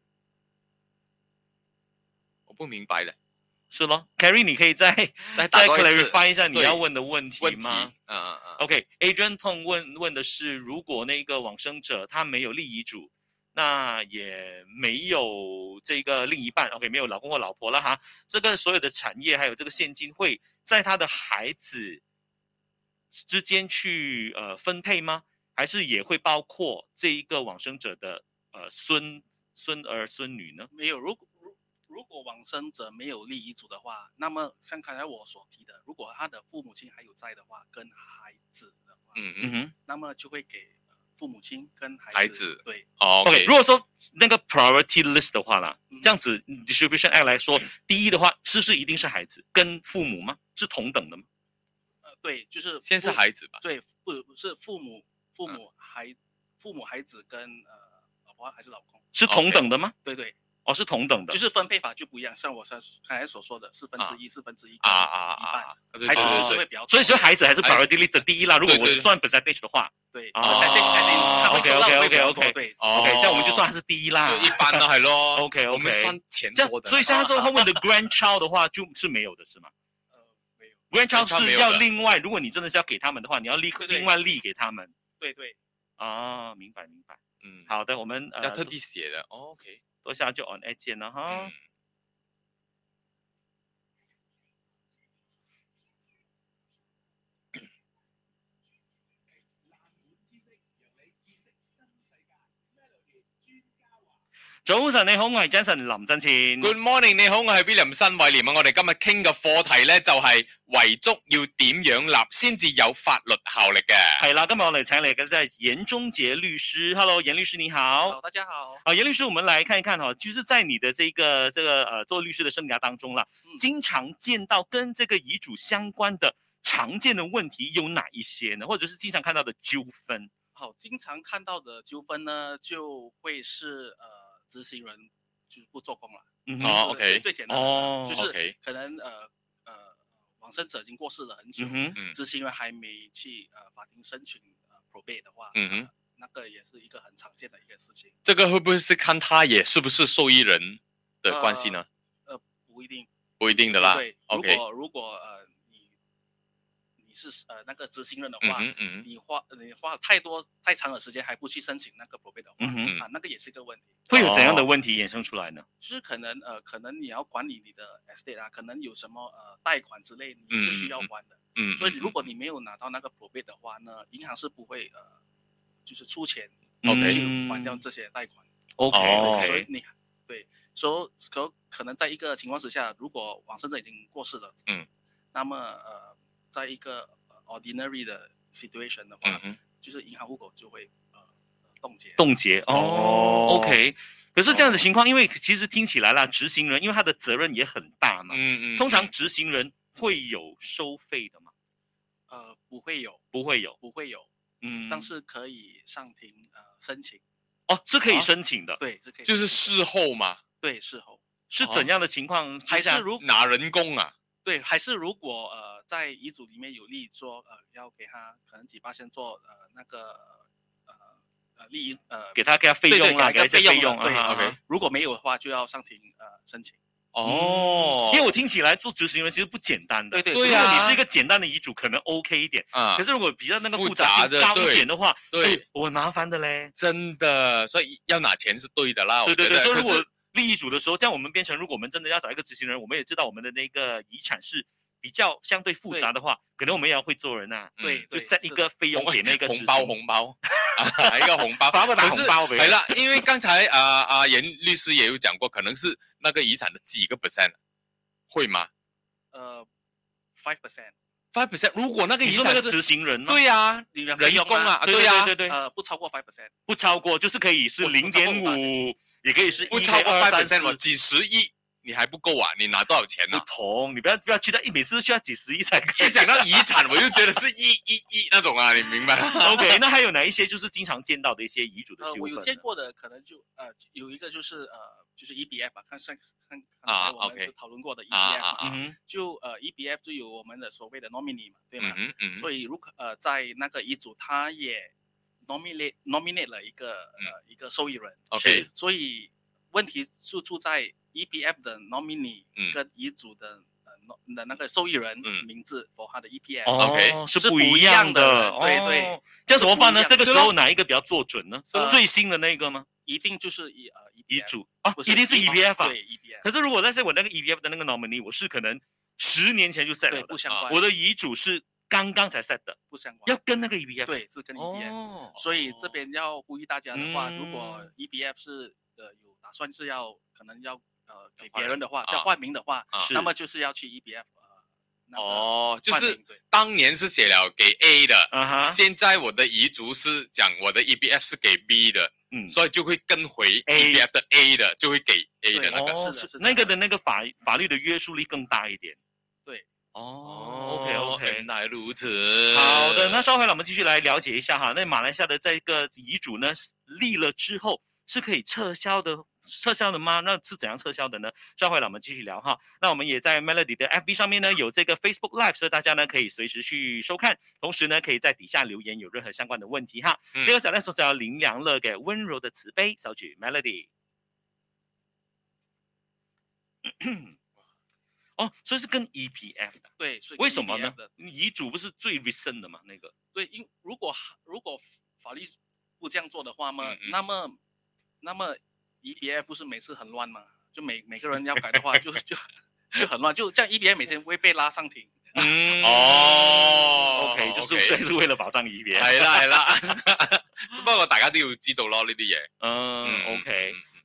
[SPEAKER 2] 我不明白了。
[SPEAKER 1] 是咯 ，Carrie， 你可以再再 clarify 一下你要問的問題嗎？
[SPEAKER 2] 嗯嗯嗯。
[SPEAKER 1] OK，Adrian Peng 問問的是，如果那個往生者他沒有立遺囑，那也沒有這個另一半 ，OK， 沒有老公或老婆了哈，這個所有的產業還有這個現金會在他的孩子之間去呃分配嗎？還是也會包括這一個往生者的呃孫孫兒孫女呢？
[SPEAKER 3] 沒有，如果。如果往生者沒有立遺囑的話，那麼像剛才我所提的，如果他的父母親還有在的話，跟孩子的話，
[SPEAKER 2] 嗯嗯哼，
[SPEAKER 3] 那麼就會給父母親跟孩子。
[SPEAKER 2] 孩子
[SPEAKER 3] 對，
[SPEAKER 1] 哦、okay, ，OK。如果說那個 priority list 的話啦，嗯、這樣子 distribution act 來說，第一的話，是不是一定是孩子跟父母嗎？是同等的嗎？
[SPEAKER 3] 呃，對，就是
[SPEAKER 2] 先是孩子吧。
[SPEAKER 3] 對，不不是父母，父母孩、嗯、父母孩子跟呃老婆還是老公
[SPEAKER 1] 是同等的嗎？
[SPEAKER 3] Okay. 對對。
[SPEAKER 1] 哦，是同等的，
[SPEAKER 3] 就是分配法就不一樣，像我剛才所說的四分之一、四分之一
[SPEAKER 2] 啊啊
[SPEAKER 3] 一半，
[SPEAKER 2] 啊，
[SPEAKER 3] 孩子就是會比較，
[SPEAKER 1] 所以說孩子還是 priority list 的第一啦。如果我算 percentage 的話，
[SPEAKER 3] 對 ，percentage 他會
[SPEAKER 1] OK OK OK OK，
[SPEAKER 3] 對
[SPEAKER 1] OK，這樣我們就算它是第一啦，
[SPEAKER 2] 一般的係咯
[SPEAKER 1] ，OK OK，
[SPEAKER 2] 我們算錢多的。
[SPEAKER 1] 所以像他說後面的 grandchild 的話就是沒有的，是嗎？
[SPEAKER 3] 呃，沒有
[SPEAKER 1] ，grandchild 是要另外，如果你真的是要給他們的話，你要立另外立給他們。
[SPEAKER 3] 對對，
[SPEAKER 1] 啊，明白明白，
[SPEAKER 2] 嗯，
[SPEAKER 1] 好的，我們
[SPEAKER 2] 要特地寫的 ，OK。
[SPEAKER 1] 多下就 on air 見了哈。嗯、 早晨你好，我係 Jason 林振前。
[SPEAKER 2] Good morning， 你好，我係 William 新偉廉啊。我哋今日傾嘅課題咧就係遺囑要點樣立先至有法律效力嘅。
[SPEAKER 1] 係啦，今日我哋請嚟嘅就係嚴忠傑律師。Hello， 嚴律師你好。
[SPEAKER 3] 好，大家好。
[SPEAKER 1] 好，嚴律師，我們來看一看哈，就是在你的這個這個呃做律師的生涯當中啦，嗯、經常見到跟這個遺囑相關的常見的問題有哪一些呢？或者是經常看到的糾紛？
[SPEAKER 3] 好，經常看到的糾紛呢，就會是呃執行人就是不做工了。
[SPEAKER 1] 嗯，
[SPEAKER 2] 哦 ，OK，
[SPEAKER 3] 最簡單的，
[SPEAKER 1] 哦，
[SPEAKER 3] 就是可能呃呃往生者已經過世了很久，
[SPEAKER 1] 嗯
[SPEAKER 3] 哼，執行人還沒去呃法庭申請呃 probate 的話，
[SPEAKER 2] 嗯哼、呃，
[SPEAKER 3] 那個也是一個很常見的一個事情。
[SPEAKER 2] 這個會不會是看他也是不是受益人的關係呢？
[SPEAKER 3] 呃，呃不一定，
[SPEAKER 2] 不一定的啦。
[SPEAKER 3] 對，
[SPEAKER 2] OK，
[SPEAKER 3] 如果如果呃你你是呃那個執行人的話，
[SPEAKER 2] 嗯嗯，
[SPEAKER 3] 你花你花太多太長的時間還不去申請那個 probate 的話，
[SPEAKER 1] 嗯哼，
[SPEAKER 3] 啊，那個也是一個問題。
[SPEAKER 1] 會有怎樣的問題衍生出來呢？
[SPEAKER 3] 就是可能呃，可能你要管理你的 estate 啊，可能有什麼呃貸款之類，你是需要還的。
[SPEAKER 2] 嗯，
[SPEAKER 3] 所以如果你沒有拿到那個 probate 的話呢，銀行是不會呃，就是出錢
[SPEAKER 2] OK
[SPEAKER 3] 去還掉這些貸款。
[SPEAKER 1] OK OK，
[SPEAKER 3] 所以你對，所以可可能在一個情況之下，如果往生者已經過世了，
[SPEAKER 2] 嗯，
[SPEAKER 3] 那麼呃，在一個 ordinary 的 situation 的話，
[SPEAKER 2] 嗯，
[SPEAKER 3] 就是銀行戶口就會呃凍結。
[SPEAKER 1] 凍結哦 ，OK。可是這樣的情況，因為其實聽起來啦，執行人因為他的責任也很大嘛，
[SPEAKER 2] 嗯嗯，
[SPEAKER 1] 通常執行人會有收費的嗎？
[SPEAKER 3] 呃，不會有，
[SPEAKER 1] 不會有，
[SPEAKER 3] 不會有，
[SPEAKER 1] 嗯，
[SPEAKER 3] 但是可以上庭呃申請。
[SPEAKER 1] 哦，是可以申請的，
[SPEAKER 3] 對，是可以，
[SPEAKER 2] 就是事後嘛，
[SPEAKER 3] 對，事後
[SPEAKER 1] 是怎樣的情況？
[SPEAKER 3] 還是如
[SPEAKER 2] 拿人工啊？
[SPEAKER 3] 對，還是如果呃在遺囑裡面有例說呃要給他可能幾巴仙做呃那個呃呃利益呃
[SPEAKER 1] 給他給他費用啦，
[SPEAKER 3] 給他費用，對
[SPEAKER 1] ，OK。
[SPEAKER 3] 如果沒有的話，就要上庭呃申請。
[SPEAKER 2] 哦，
[SPEAKER 1] 因為我聽起來做執行人其實不簡單的，
[SPEAKER 3] 對對
[SPEAKER 1] 對啊。如果你是一個簡單的遺囑，可能 OK 一點啊，可是如果比較那個複雜性高一點的話，對，我很麻煩的嘞，
[SPEAKER 2] 真的，所以要拿錢是對的啦。
[SPEAKER 1] 對對對，所以如果立遺囑的時候，這樣我們變成，如果我們真的要找一個執行人，我們也知道我們的那個遺產是比較相對複雜的話，可能我們也要會做人啊，
[SPEAKER 3] 對，
[SPEAKER 1] 就 set 一個費用給那個
[SPEAKER 2] 紅包紅包，一個紅包，
[SPEAKER 1] 發個大紅包俾。
[SPEAKER 2] 係啦，因為剛才啊啊嚴律師也有講過，可能是那個遺產的幾個 percent。會嗎？
[SPEAKER 3] 呃 ，five percent，five
[SPEAKER 2] percent。如果那個遺產
[SPEAKER 1] 是執行人嗎？
[SPEAKER 2] 對呀，
[SPEAKER 3] 人
[SPEAKER 2] 工啊，
[SPEAKER 1] 對呀，對對，
[SPEAKER 3] 呃，不超過 five percent，
[SPEAKER 1] 不超過，就是可以是零點五，也可以是
[SPEAKER 2] 不超過 five percent，幾十億你還不夠啊？你拿多少錢呢？
[SPEAKER 1] 不同，你不要不要去到一每次需要幾十億才可以。
[SPEAKER 2] 一講到遺產，我就覺得是億億億那種啊，你明白
[SPEAKER 1] ？OK， 那還有哪一些就是經常見到的一些遺囑的糾紛？
[SPEAKER 3] 呃，我有見過的可能就呃有一個就是呃就是 E B F 吧，看上看啊，我們討論過的 E B F
[SPEAKER 2] 啊，啊
[SPEAKER 3] 就呃 E B F 就有我們的所謂的 nominee 嘛，對嗎？
[SPEAKER 2] 嗯嗯。
[SPEAKER 3] 所以如果呃在那個遺囑，他也 nominate nominate 了一個呃一個受益人。
[SPEAKER 2] OK，
[SPEAKER 3] 所以問題就出在 E B F 的 nominee 跟遺囑的呃的那個受益人名字 for 他的 E B F，OK
[SPEAKER 1] 是不一樣的。
[SPEAKER 3] 對對，
[SPEAKER 1] 這樣怎麼辦呢？這個時候哪一個比較做準呢？最新的那個嗎？
[SPEAKER 3] 一定就是以呃
[SPEAKER 1] 遺囑啊，一定是 E B F 啊。
[SPEAKER 3] 對 E B F。
[SPEAKER 1] 可是如果那是我那個 E B F 的那個 nominee， 我是可能十年前就 set 了，
[SPEAKER 3] 不相關。
[SPEAKER 1] 我的遺囑是剛剛才 set 的，
[SPEAKER 3] 不相關。
[SPEAKER 1] 要跟那個 E B F，
[SPEAKER 3] 對，是跟 E B F。所以這邊要呼籲大家的話，如果 E B F 是呃有打算是要可能要呃給別人的話，要換名的話，那麼就是要去 E B F。
[SPEAKER 2] 哦，就是當年是寫了給 A 的，現在我的遺囑是講我的 E B F 是給 B 的。嗯，所以就會跟回 E B F 的 A 的，就會給 A 的那個，
[SPEAKER 1] 哦，是那個的那個法法律的約束力更大一點。
[SPEAKER 3] 對，
[SPEAKER 1] 哦 ，OK OK，
[SPEAKER 2] 原來如此。
[SPEAKER 1] 好的，那稍後來我們繼續來了解一下哈，那馬來西亞的這個遺囑呢立了之後是可以撤銷的，撤銷的嗎？那是怎樣撤銷的呢？稍後來我們繼續聊哈。那我們也在 Melody 的 F B 上面呢有這個 Facebook Live，所以大家呢可以隨時去收看，同時呢可以在底下留言有任何相關的問題哈。呢、嗯、個時候咧，送上林良樂嘅溫柔的慈悲，首曲 Melody。哦，所以是跟 E B F 的，
[SPEAKER 3] 對，所以
[SPEAKER 1] 為什麼呢？遺囑不是最 recent 的嘛？那個
[SPEAKER 3] 對，因如果如果法律不這樣做的話嘛，嗯嗯那麼那麼 E B F 不是每次很亂嘛？就每每個人要改的話就，就就就很亂，就這樣 E B F 每天會被拉上庭。
[SPEAKER 1] 嗯，
[SPEAKER 2] 哦
[SPEAKER 1] ，OK，就是所以是為了保障 E B F。
[SPEAKER 2] 係啦係啦，不過大家都要知道咯呢啲嘢。
[SPEAKER 1] 嗯 ，OK。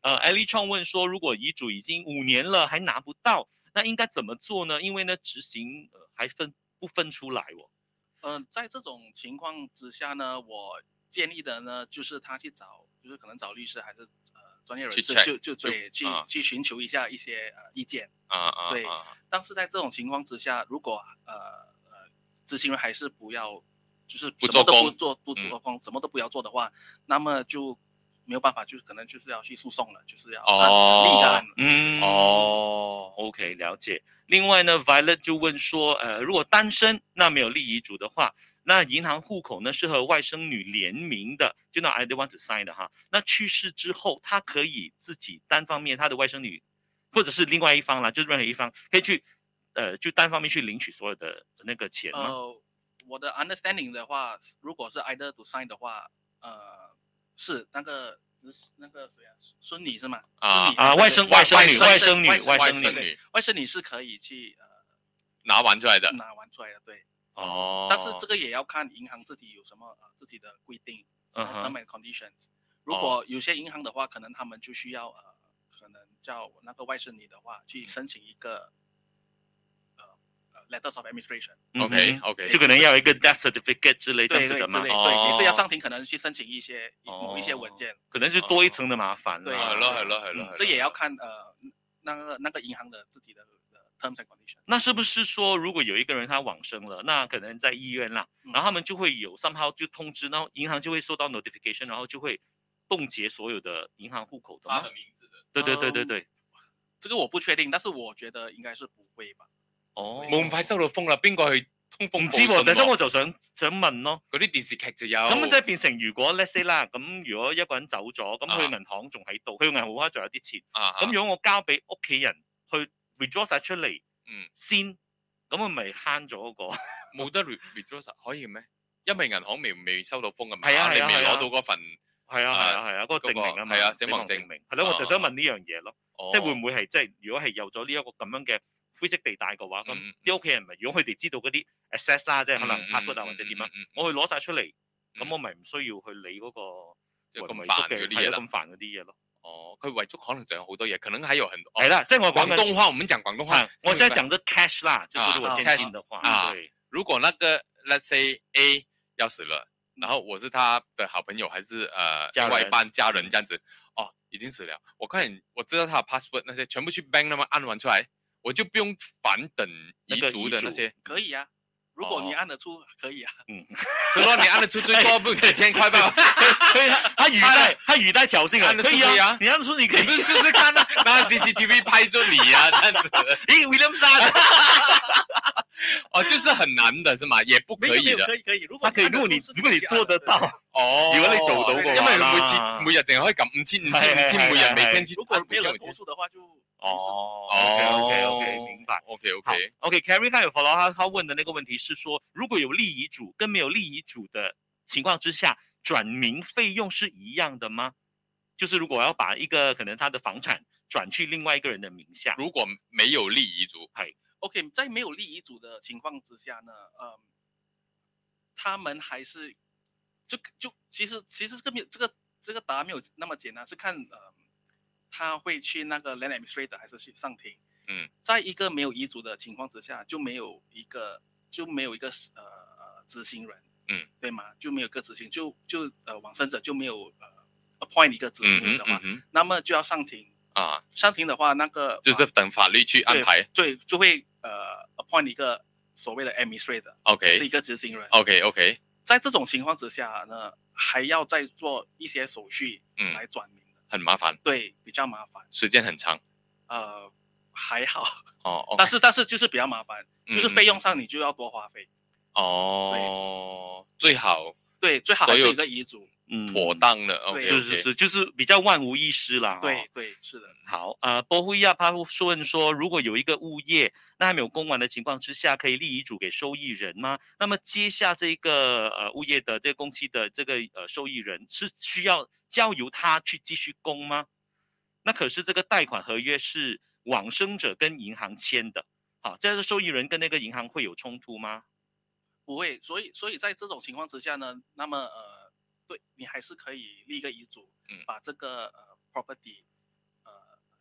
[SPEAKER 1] 呃 ，Ellie Chong 问说，如果遗嘱已经五年了还拿不到，那应该怎么做呢？因为呢，执行、呃、还分不分出来哦。
[SPEAKER 3] 嗯、呃，在这种情况之下呢，我建议的呢，就是他去找，就是可能找律师还是呃专业人士，就就对，去、啊、去寻求一下一些呃意见
[SPEAKER 2] 啊啊，
[SPEAKER 3] 对。啊、但是在这种情况之下，如果呃呃执行人还是不要，就是什么都不做，不做工，什么都不要做的话，那么就没有办法，就是可能就是要去诉讼了，就是要
[SPEAKER 2] 哦
[SPEAKER 3] 立案。
[SPEAKER 1] 嗯，
[SPEAKER 2] 哦
[SPEAKER 1] ，OK， 了解。另外呢 ，Violet 就问说，呃，如果单身，那没有立遗嘱的话，那银行户口呢是和外甥女联名的，就那 I don't want to sign 的哈。那去世之后，他可以自己单方面，他的外甥女或者是另外一方啦，就是任何一方可以去，呃，就单方面去领取所有的那个钱吗？
[SPEAKER 3] 呃，我的 understanding 的话，如果是 either to sign 的话，呃，是那个。那个谁啊，孙女是吗？
[SPEAKER 2] 啊
[SPEAKER 1] 啊，外甥外甥女外甥女外甥
[SPEAKER 3] 女外甥女是可以去呃
[SPEAKER 2] 拿完出来的，
[SPEAKER 3] 拿完出来的，对。
[SPEAKER 2] 哦。
[SPEAKER 3] 但是这个也要看银行自己有什么呃自己的规定 ，term and conditions。如果有些银行的话，可能他们就需要呃，可能叫那个外甥女的话去申请一个。Letters of administration，OK
[SPEAKER 2] OK，
[SPEAKER 1] 就可能要有一个 death certificate 之类这样子的嘛。
[SPEAKER 3] 对对对，你是要上庭，可能去申请一些某一些文件，
[SPEAKER 1] 可能是多一层的麻烦。
[SPEAKER 3] 对，
[SPEAKER 2] 係咯係咯係咯，
[SPEAKER 3] 这也要看呃那个那个银行的自己的 terms and conditions。
[SPEAKER 1] 那是不是说，如果有一个人他往生了，那可能在医院啦，然后他们就会有 somehow 就通知，然后银行就会收到 notification， 然后就会冻结所有的银行户口的吗？
[SPEAKER 2] 他的名字的。
[SPEAKER 1] 对对对对对，
[SPEAKER 3] 这个我不确定，但是我覺得應該是不會吧。
[SPEAKER 1] 哦，
[SPEAKER 2] 冇咁快收到風啦，邊個去通風？
[SPEAKER 1] 唔知喎，但係我就想想問咯，
[SPEAKER 2] 嗰啲電視劇就有。
[SPEAKER 1] 咁即係變成如果 let's say 啦，咁如果一個人走咗，咁佢銀行仲喺度，佢銀行戶口仲有啲錢，咁如果我交俾屋企人去 withdraw 晒出嚟，嗯，先，咁我咪慳咗嗰個。
[SPEAKER 2] 冇得 withdraw 晒可以咩？因為銀行未未收到風嘅嘛，
[SPEAKER 1] 係啊，
[SPEAKER 2] 你未攞到嗰份。
[SPEAKER 1] 係啊係啊係啊，嗰個證明啊嘛，
[SPEAKER 2] 係啊，死亡證
[SPEAKER 1] 明。係咯，我就想問呢樣嘢咯，即係會唔會係即係如果係有咗呢一個咁樣嘅灰色地帶嘅話，咁啲屋企人咪如果佢哋知道嗰啲 access 啦，即係可能 password 啊或者點樣，我去攞晒出嚟，咁我咪唔需要去理嗰個
[SPEAKER 2] 即係咁煩嗰啲嘢啦，
[SPEAKER 1] 咁煩嗰啲嘢咯。
[SPEAKER 2] 哦，佢遺囑可能就有好多嘢，可能還有很多。
[SPEAKER 1] 係啦，即係我講
[SPEAKER 2] 廣東話，我們講廣東話。
[SPEAKER 1] 我現在講的 cash 啦，就是如果現金的話，對。
[SPEAKER 2] 如果那個 let's say A 要死了。然後我是他的好朋友，還是呃另外一半家人這樣子，哦，已經死了。我看我知道他的 password 那些全部去 bank 那麼按完出來，我就不用反等遺囑的那些。
[SPEAKER 3] 可以啊，如果你按得出，可以啊。
[SPEAKER 1] 嗯，
[SPEAKER 2] 是咯，你按得出最多不幾千塊吧？
[SPEAKER 1] 可以啊，他語帶他語帶挑釁啊，可以啊，你按得出你可以，
[SPEAKER 2] 你不是試試看啊？拿 C C T V 拍住你啊，這樣子。
[SPEAKER 1] 咦 ，William 山。
[SPEAKER 2] 哦，就是很難的，是嗎？也不可以的。
[SPEAKER 3] 可以可以，如果
[SPEAKER 1] 可以，如果你如果你做得到，
[SPEAKER 2] 哦，
[SPEAKER 1] 如果你做到嘅話，
[SPEAKER 2] 因為每次每日淨係可以撳五千五千五千，每日每天去。
[SPEAKER 3] 如果沒有投訴的話，就
[SPEAKER 1] 哦 ，OK OK OK，明白
[SPEAKER 2] ，OK OK
[SPEAKER 1] OK。Carrie 他有 follow 他他問的那個問題是說，如果有立遺囑跟沒有立遺囑的情況之下，轉名費用是一樣的嗎？就是如果要把一個可能他的房產轉去另外一個人的名下，
[SPEAKER 2] 如果沒有立遺囑，
[SPEAKER 1] 係。
[SPEAKER 3] OK， 在沒有立遺囑的情況之下呢，呃，他們還是就就其實其實這個沒有這個這個答案沒有那麼簡單，是看呃他會去那個 land administrator 還是去上庭。
[SPEAKER 2] 嗯，
[SPEAKER 3] 在一個沒有遺囑的情況之下，就沒有一個就沒有一個呃呃執行人，
[SPEAKER 2] 嗯，
[SPEAKER 3] 對嗎？就沒有一個執行，就就呃往生者就沒有呃 appoint 一個執行人的話，
[SPEAKER 2] 嗯嗯嗯、
[SPEAKER 3] 那麼就要上庭。
[SPEAKER 2] 啊，
[SPEAKER 3] 上庭的話，那個
[SPEAKER 2] 就是等法律去安排，
[SPEAKER 3] 對，就會呃 appoint 一個所謂的 administrator，OK， 是一個執行人
[SPEAKER 2] ，OK OK。
[SPEAKER 3] 在這種情況之下呢，還要再做一些手續，嗯，來轉名，
[SPEAKER 2] 很麻煩，
[SPEAKER 3] 對，比較麻煩，
[SPEAKER 2] 時間很長，
[SPEAKER 3] 呃，還好，
[SPEAKER 2] 哦， okay，
[SPEAKER 3] 但是但是就是比較麻煩，嗯，就是費用上你就要多花費，
[SPEAKER 2] 哦，最好，
[SPEAKER 3] 對，最好還是一個遺囑。
[SPEAKER 1] 嗯，
[SPEAKER 2] 妥當的，
[SPEAKER 3] 對，
[SPEAKER 1] 是是是，就是比較萬無一失啦。
[SPEAKER 3] 對對，是的。
[SPEAKER 1] 好，呃，波灰亞他問說，如果有一個物業，那還沒有供完的情況之下，可以立遺囑給受益人嗎？那麼接下這個呃物業的這個工期的這個呃受益人是需要交由他去繼續供嗎？那可是這個貸款合約是往生者跟銀行簽的，好，這個受益人跟那個銀行會有衝突嗎？
[SPEAKER 3] 不會，所以所以在這種情況之下呢，那麼呃。對，你還是可以立一個遺囑，嗯，把這個呃 property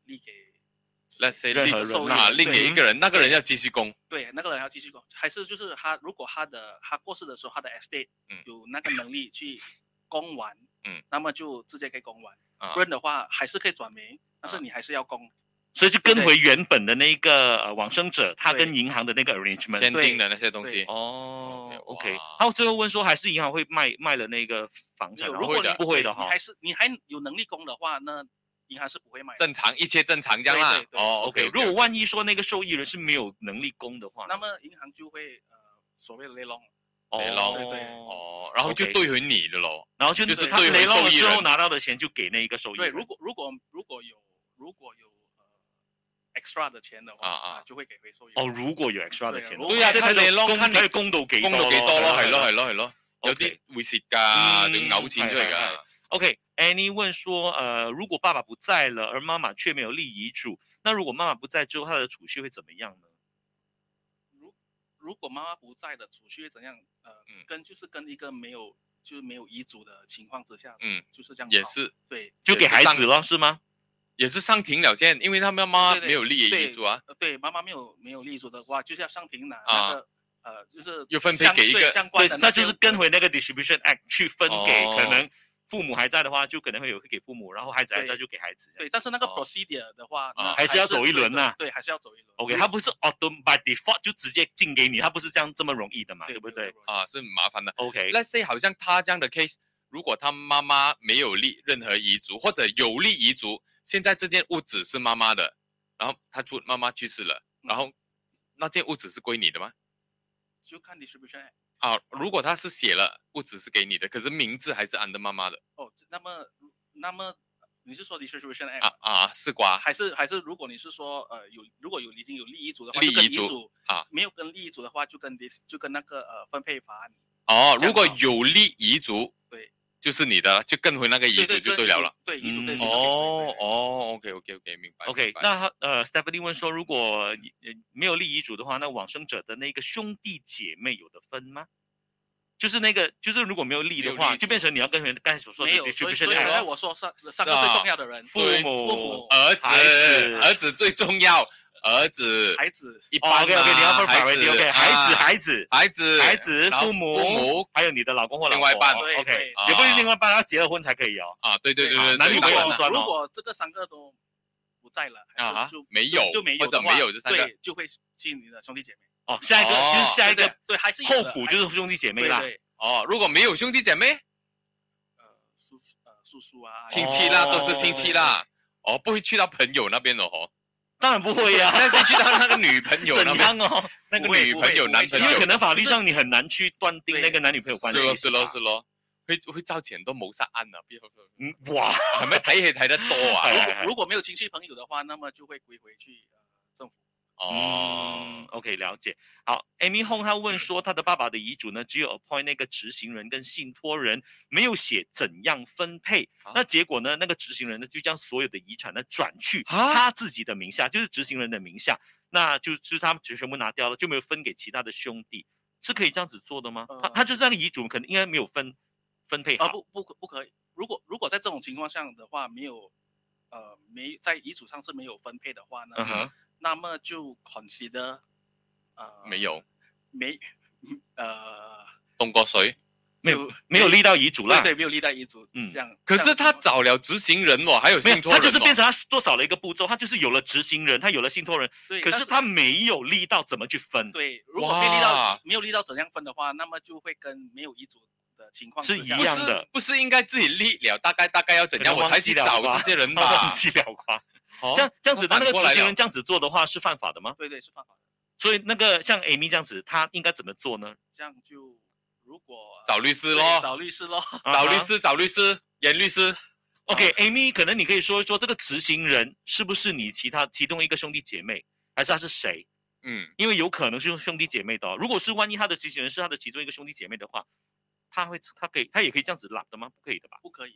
[SPEAKER 3] 立给
[SPEAKER 2] ，let's say
[SPEAKER 1] 任
[SPEAKER 2] 立
[SPEAKER 1] 何人
[SPEAKER 2] 啊，立给一个人，那个人要继续供。
[SPEAKER 3] 对，那个人要继续供，还是就是他如果他的他过世的时候，他的 estate 有那个能力去供完，嗯，那么就直接可以供完。不然的话还是可以转名，但是你还是要供。
[SPEAKER 1] 所以就跟回原本的那个呃往生者，他跟银行的那个 arrangement
[SPEAKER 2] 签订的那些东西。
[SPEAKER 1] 哦 ，OK。他最后问说，还是银行会卖卖了那个房产？
[SPEAKER 3] 如果你
[SPEAKER 1] 不会的哈，
[SPEAKER 3] 你还是你还有能力供的话，那银行是不会卖的。
[SPEAKER 2] 正常，一切正常这样啦。
[SPEAKER 3] 对对对
[SPEAKER 2] 哦 ，OK。
[SPEAKER 1] 如果万一说那个受益人是没有能力供的话，
[SPEAKER 3] 那么银行就会呃所谓的雷龙。
[SPEAKER 2] 雷龙，
[SPEAKER 3] 对对
[SPEAKER 2] 哦，然后就兑回你的咯，
[SPEAKER 1] 然后就
[SPEAKER 2] 就是
[SPEAKER 1] 他雷龙了之后拿到的钱就给那一个受益人。
[SPEAKER 3] 对，如果如果如果有如果有。extra 的钱的话，啊啊，就會給回收。
[SPEAKER 1] 哦，如果有 extra 的錢，
[SPEAKER 2] 對啊，睇你咯，睇你
[SPEAKER 1] 供到幾
[SPEAKER 2] 供到幾多咯，係咯係咯係咯，有啲會蝕㗎，你嘔錢出嚟㗎。
[SPEAKER 1] OK，Annie 問說，呃，如果爸爸不在了，而媽媽卻沒有立遺囑，那如果媽媽不在之後，她的儲蓄會怎麼樣呢？
[SPEAKER 3] 如如果媽媽不在的儲蓄會怎樣？呃，跟就是跟一個沒有就是沒有遺囑的情況之下，嗯，就是這樣。
[SPEAKER 2] 也是，
[SPEAKER 3] 對，
[SPEAKER 1] 就給孩子了，是嗎？
[SPEAKER 2] 也是上庭了先，因為他們媽媽沒有立遺囑啊。
[SPEAKER 3] 對，媽媽沒有沒有立遺囑的話，就是要上庭拿那個呃，就是
[SPEAKER 2] 又分配給一個
[SPEAKER 3] 相關的，
[SPEAKER 1] 那就是跟回那個 Distribution Act 去分給，可能父母還在的話，就可能會有給父母，然後孩子還在就給孩子。
[SPEAKER 3] 對，但是那個 procedure 的話，
[SPEAKER 1] 還是要走一輪呐。
[SPEAKER 3] 對，還是要走一輪。
[SPEAKER 1] OK，它不是 auto by default 就直接進給你，它不是這樣這麼容易的嘛，對不對？
[SPEAKER 2] 啊，是麻煩的。
[SPEAKER 1] OK，Let's
[SPEAKER 2] say 好像他這樣的 case，如果他媽媽沒有立任何遺囑，或者有立遺囑。現在這間屋子是媽媽的，然後他出媽媽去世了，然後那間屋子是歸你的嗎？
[SPEAKER 3] 就看你是不是
[SPEAKER 2] 啊，如果他是寫了屋子是給你的，可是名字還是 under 媽媽的。
[SPEAKER 3] 哦，那麼那麼你是說 distribution act
[SPEAKER 2] 啊啊是啩？
[SPEAKER 3] 還是還是如果你是說呃有如果有已經有立遺囑的話，
[SPEAKER 2] 立遺
[SPEAKER 3] 囑
[SPEAKER 2] 啊，
[SPEAKER 3] 沒有跟立遺囑的話就跟就跟那個呃分配法案。
[SPEAKER 2] 哦，如果有立遺囑，
[SPEAKER 3] 對。
[SPEAKER 2] 就是你的，就跟回那個遺囑就對了了。
[SPEAKER 3] 對，遺囑對。
[SPEAKER 2] 哦哦 ，OK OK OK，明白。
[SPEAKER 1] OK，那呃 ，Stephanie 問說，如果沒有立遺囑的話，那往生者的那個兄弟姐妹有得分嗎？就是那個，就是如果沒有立的話，就變成你要跟人剛才所說的。
[SPEAKER 3] 沒有，所以所以剛才我說三三個最重要的人，
[SPEAKER 1] 父母、
[SPEAKER 3] 父母、
[SPEAKER 2] 兒子，兒子最重要。兒子、
[SPEAKER 3] 孩子，
[SPEAKER 2] 一般啊，
[SPEAKER 1] OK OK， 你要分排位 OK， 孩子、孩子、
[SPEAKER 2] 孩子、
[SPEAKER 1] 孩子、父母、
[SPEAKER 2] 父母，
[SPEAKER 1] 還有你的老公或老婆，
[SPEAKER 2] 另外一半
[SPEAKER 1] ，OK，也不是另外一半，要結了婚才可以哦。
[SPEAKER 2] 啊，對對對對，
[SPEAKER 1] 男女朋友不算哦。
[SPEAKER 3] 如果這個三個都不在了，
[SPEAKER 2] 啊，
[SPEAKER 3] 就
[SPEAKER 2] 沒有
[SPEAKER 3] 就沒有
[SPEAKER 2] 或者沒有這三個，
[SPEAKER 3] 對，就會進你的兄弟姐妹。
[SPEAKER 1] 哦，下一個就是下一個，
[SPEAKER 3] 對，還是
[SPEAKER 1] 候補就是兄弟姐妹啦。
[SPEAKER 2] 哦，如果沒有兄弟姐妹，
[SPEAKER 3] 呃，叔呃叔叔啊，
[SPEAKER 2] 親戚啦，都是親戚啦。哦，不會去到朋友那邊的哦。
[SPEAKER 1] 當然不會呀、啊，
[SPEAKER 2] 但是去到那個女朋友那邊
[SPEAKER 1] 哦，
[SPEAKER 2] 那個女朋友、男朋友，
[SPEAKER 1] 因為可能法律上你很難去斷定那個男女朋友關係。
[SPEAKER 2] 是咯，是咯，是咯，會會造錢都冇殺案啊！
[SPEAKER 1] 嗯，哇，
[SPEAKER 2] 係咪睇戲睇得多啊？
[SPEAKER 3] 如果如果沒有親戚朋友的話，那麼就會歸回去呃政府。
[SPEAKER 1] 哦、嗯、，OK， 了解。好 ，Amy Hong 他問說，他的爸爸的遺囑呢，只有 appoint 那個執行人跟信託人，沒有寫怎樣分配。啊、那結果呢，那個執行人呢，就將所有的遺產呢轉去他自己的名下，啊、就是執行人的名下，那就就是他們全部拿掉了，就沒有分給其他的兄弟，是可以這樣子做的嗎？呃、他他就是那個遺囑可能應該沒有分分配好。
[SPEAKER 3] 啊、呃，不不不可以。如果如果在這種情況下的話，沒有，呃，沒在遺囑上是沒有分配的話呢？嗯哼。那麼就 consider，呃，
[SPEAKER 2] 沒有，
[SPEAKER 3] 沒，呃，
[SPEAKER 2] 動過水，
[SPEAKER 1] 沒有，沒有立到遺囑啦，
[SPEAKER 3] 對，沒有立到遺囑，嗯，這樣。
[SPEAKER 2] 可是他找了執行人哦，還有信託人，
[SPEAKER 1] 他就是變成他多少了一個步驟，他就是有了執行人，他有了信託人，
[SPEAKER 3] 對，
[SPEAKER 1] 可是他沒有立到怎麼去分。
[SPEAKER 3] 對，如果沒立到，沒有立到怎樣分的話，那麼就會跟沒有遺囑的情況
[SPEAKER 1] 是一樣的，
[SPEAKER 2] 不是應該自己立了，大概大概要怎樣，我才去找這些人吧？
[SPEAKER 1] 忘記了吧？哦、這樣這樣子，他那個執行人這樣子做的話是犯法的嗎？
[SPEAKER 3] 對對，是犯法的。
[SPEAKER 1] 所以那個像 Amy 這樣子，他應該怎麼做呢？
[SPEAKER 3] 這樣就如果
[SPEAKER 2] 找律師咯，
[SPEAKER 3] 找律師咯，
[SPEAKER 2] 找律師，找律師，演律師。
[SPEAKER 1] OK，Amy，、okay, 可能你可以說一說，這個執行人是不是你其他其中一個兄弟姐妹，還是他是誰？嗯，因為有可能是兄弟姐妹的、哦。如果是萬一他的執行人是他的其中一個兄弟姐妹的話，他會他可以他也可以這樣子立的嗎？不可以的吧？
[SPEAKER 3] 不可以。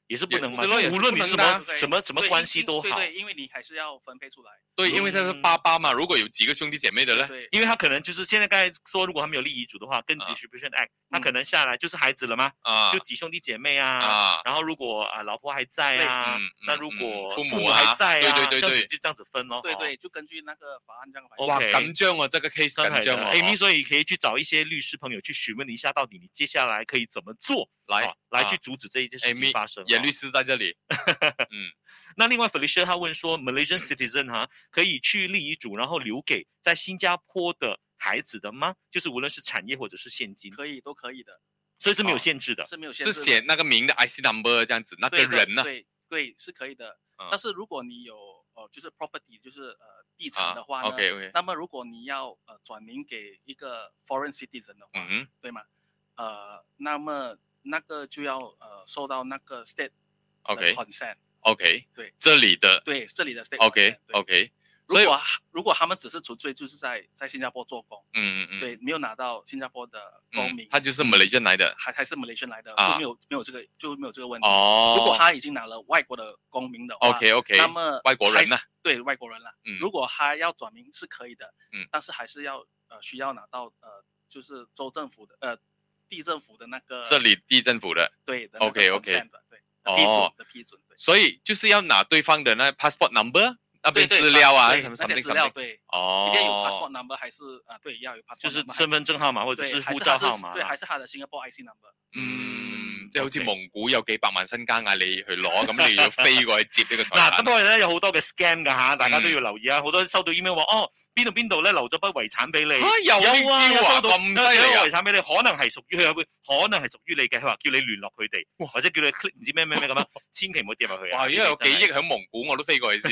[SPEAKER 1] 也是不能嘛，
[SPEAKER 2] 就
[SPEAKER 1] 无论你是什么什么什么关系都好，
[SPEAKER 3] 对对，因为你还是要分配出来。
[SPEAKER 2] 对，因为他是爸爸嘛，如果有几个兄弟姐妹的呢？
[SPEAKER 1] 因为他可能就是现在刚才说，如果他没有立遗嘱的话，跟 Distribution Act，他可能下来就是孩子了嘛，就几兄弟姐妹啊，然后如果啊老婆还在啊，那如果父母还在啊，
[SPEAKER 2] 对对对对，
[SPEAKER 1] 就这样子分咯。
[SPEAKER 3] 对对，就根据那个法案这样。
[SPEAKER 2] 哇，緊張啊，這個 case 緊張啊
[SPEAKER 1] ，Amy， 所以可以去找一些律師朋友去詢問一下，到底你接下來可以怎麼做，來來去阻止這一件事情發生。
[SPEAKER 2] 嚴律師在這裡。
[SPEAKER 1] 嗯，那另外 Felicia 他問說 ，Malaysian citizen 哈可以去立遺囑，然後留給在新加坡的孩子的嗎？就是無論是產業或者是現金，
[SPEAKER 3] 可以都可以的，
[SPEAKER 1] 所以是沒有限制的，
[SPEAKER 3] 是沒有限制，
[SPEAKER 2] 是寫那個名的 I C number 這樣子，那個人呢？
[SPEAKER 3] 對對，是可以的。但是如果你有呃就是 property 就是呃地產的話呢，
[SPEAKER 2] OK OK，
[SPEAKER 3] 那麼如果你要呃轉名給一個 foreign citizen 的話，
[SPEAKER 2] 嗯，
[SPEAKER 3] 對嗎？呃，那麼那個就要呃受到那個 state
[SPEAKER 2] 的
[SPEAKER 3] consent。OK， 對，
[SPEAKER 2] 這裡的
[SPEAKER 3] 對這裡的 state
[SPEAKER 2] OK OK。
[SPEAKER 3] 如果如果他們只是純粹就是在在新加坡做工，
[SPEAKER 2] 嗯嗯嗯，
[SPEAKER 3] 對，沒有拿到新加坡的公民，
[SPEAKER 2] 他就是 Malaysian 來的，
[SPEAKER 3] 還還是 Malaysian 來的，就沒有沒有這個就沒有這個問題。
[SPEAKER 2] 哦，
[SPEAKER 3] 如果他已經拿了外國的公民的話
[SPEAKER 2] ，OK OK，
[SPEAKER 3] 那麼
[SPEAKER 2] 外國人呢？
[SPEAKER 3] 對，外國人啦。如果他要轉名是可以的，嗯，但是還是要呃需要拿到呃就是州政府的呃地政府的那個，
[SPEAKER 2] 這裡地政府的，
[SPEAKER 3] 對的
[SPEAKER 2] ，OK OK，
[SPEAKER 3] 對，批准的批准，對，
[SPEAKER 2] 所以就是要拿對方的那 passport number。那邊資料啊，什麼什麼
[SPEAKER 3] 資料，對，
[SPEAKER 2] 哦，
[SPEAKER 3] 一定要有 passport number，還是啊，對，要有 passport，
[SPEAKER 1] 就是身份證號碼或者是護照號碼，
[SPEAKER 3] 對，還是他的 Singapore I C number。
[SPEAKER 2] 嗯，即係好似蒙古有幾百萬身家嗌你去攞，咁你要飛過去接呢個財產。
[SPEAKER 1] 嗱，不過咧有好多嘅 scam 㗎嚇，大家都要留意啊！好多收到 email 話哦，邊度邊度咧留咗筆遺產俾你，
[SPEAKER 2] 有啊，
[SPEAKER 1] 有收到
[SPEAKER 2] 咁犀利
[SPEAKER 1] 啊！遺產俾你，可能係屬於佢，可能係屬於你嘅，佢話叫你聯絡佢哋，或者叫你 click 唔知咩咩咩咁樣，千祈唔好跌入去啊！
[SPEAKER 2] 哇，因為有幾億喺蒙古，我都飛過去先。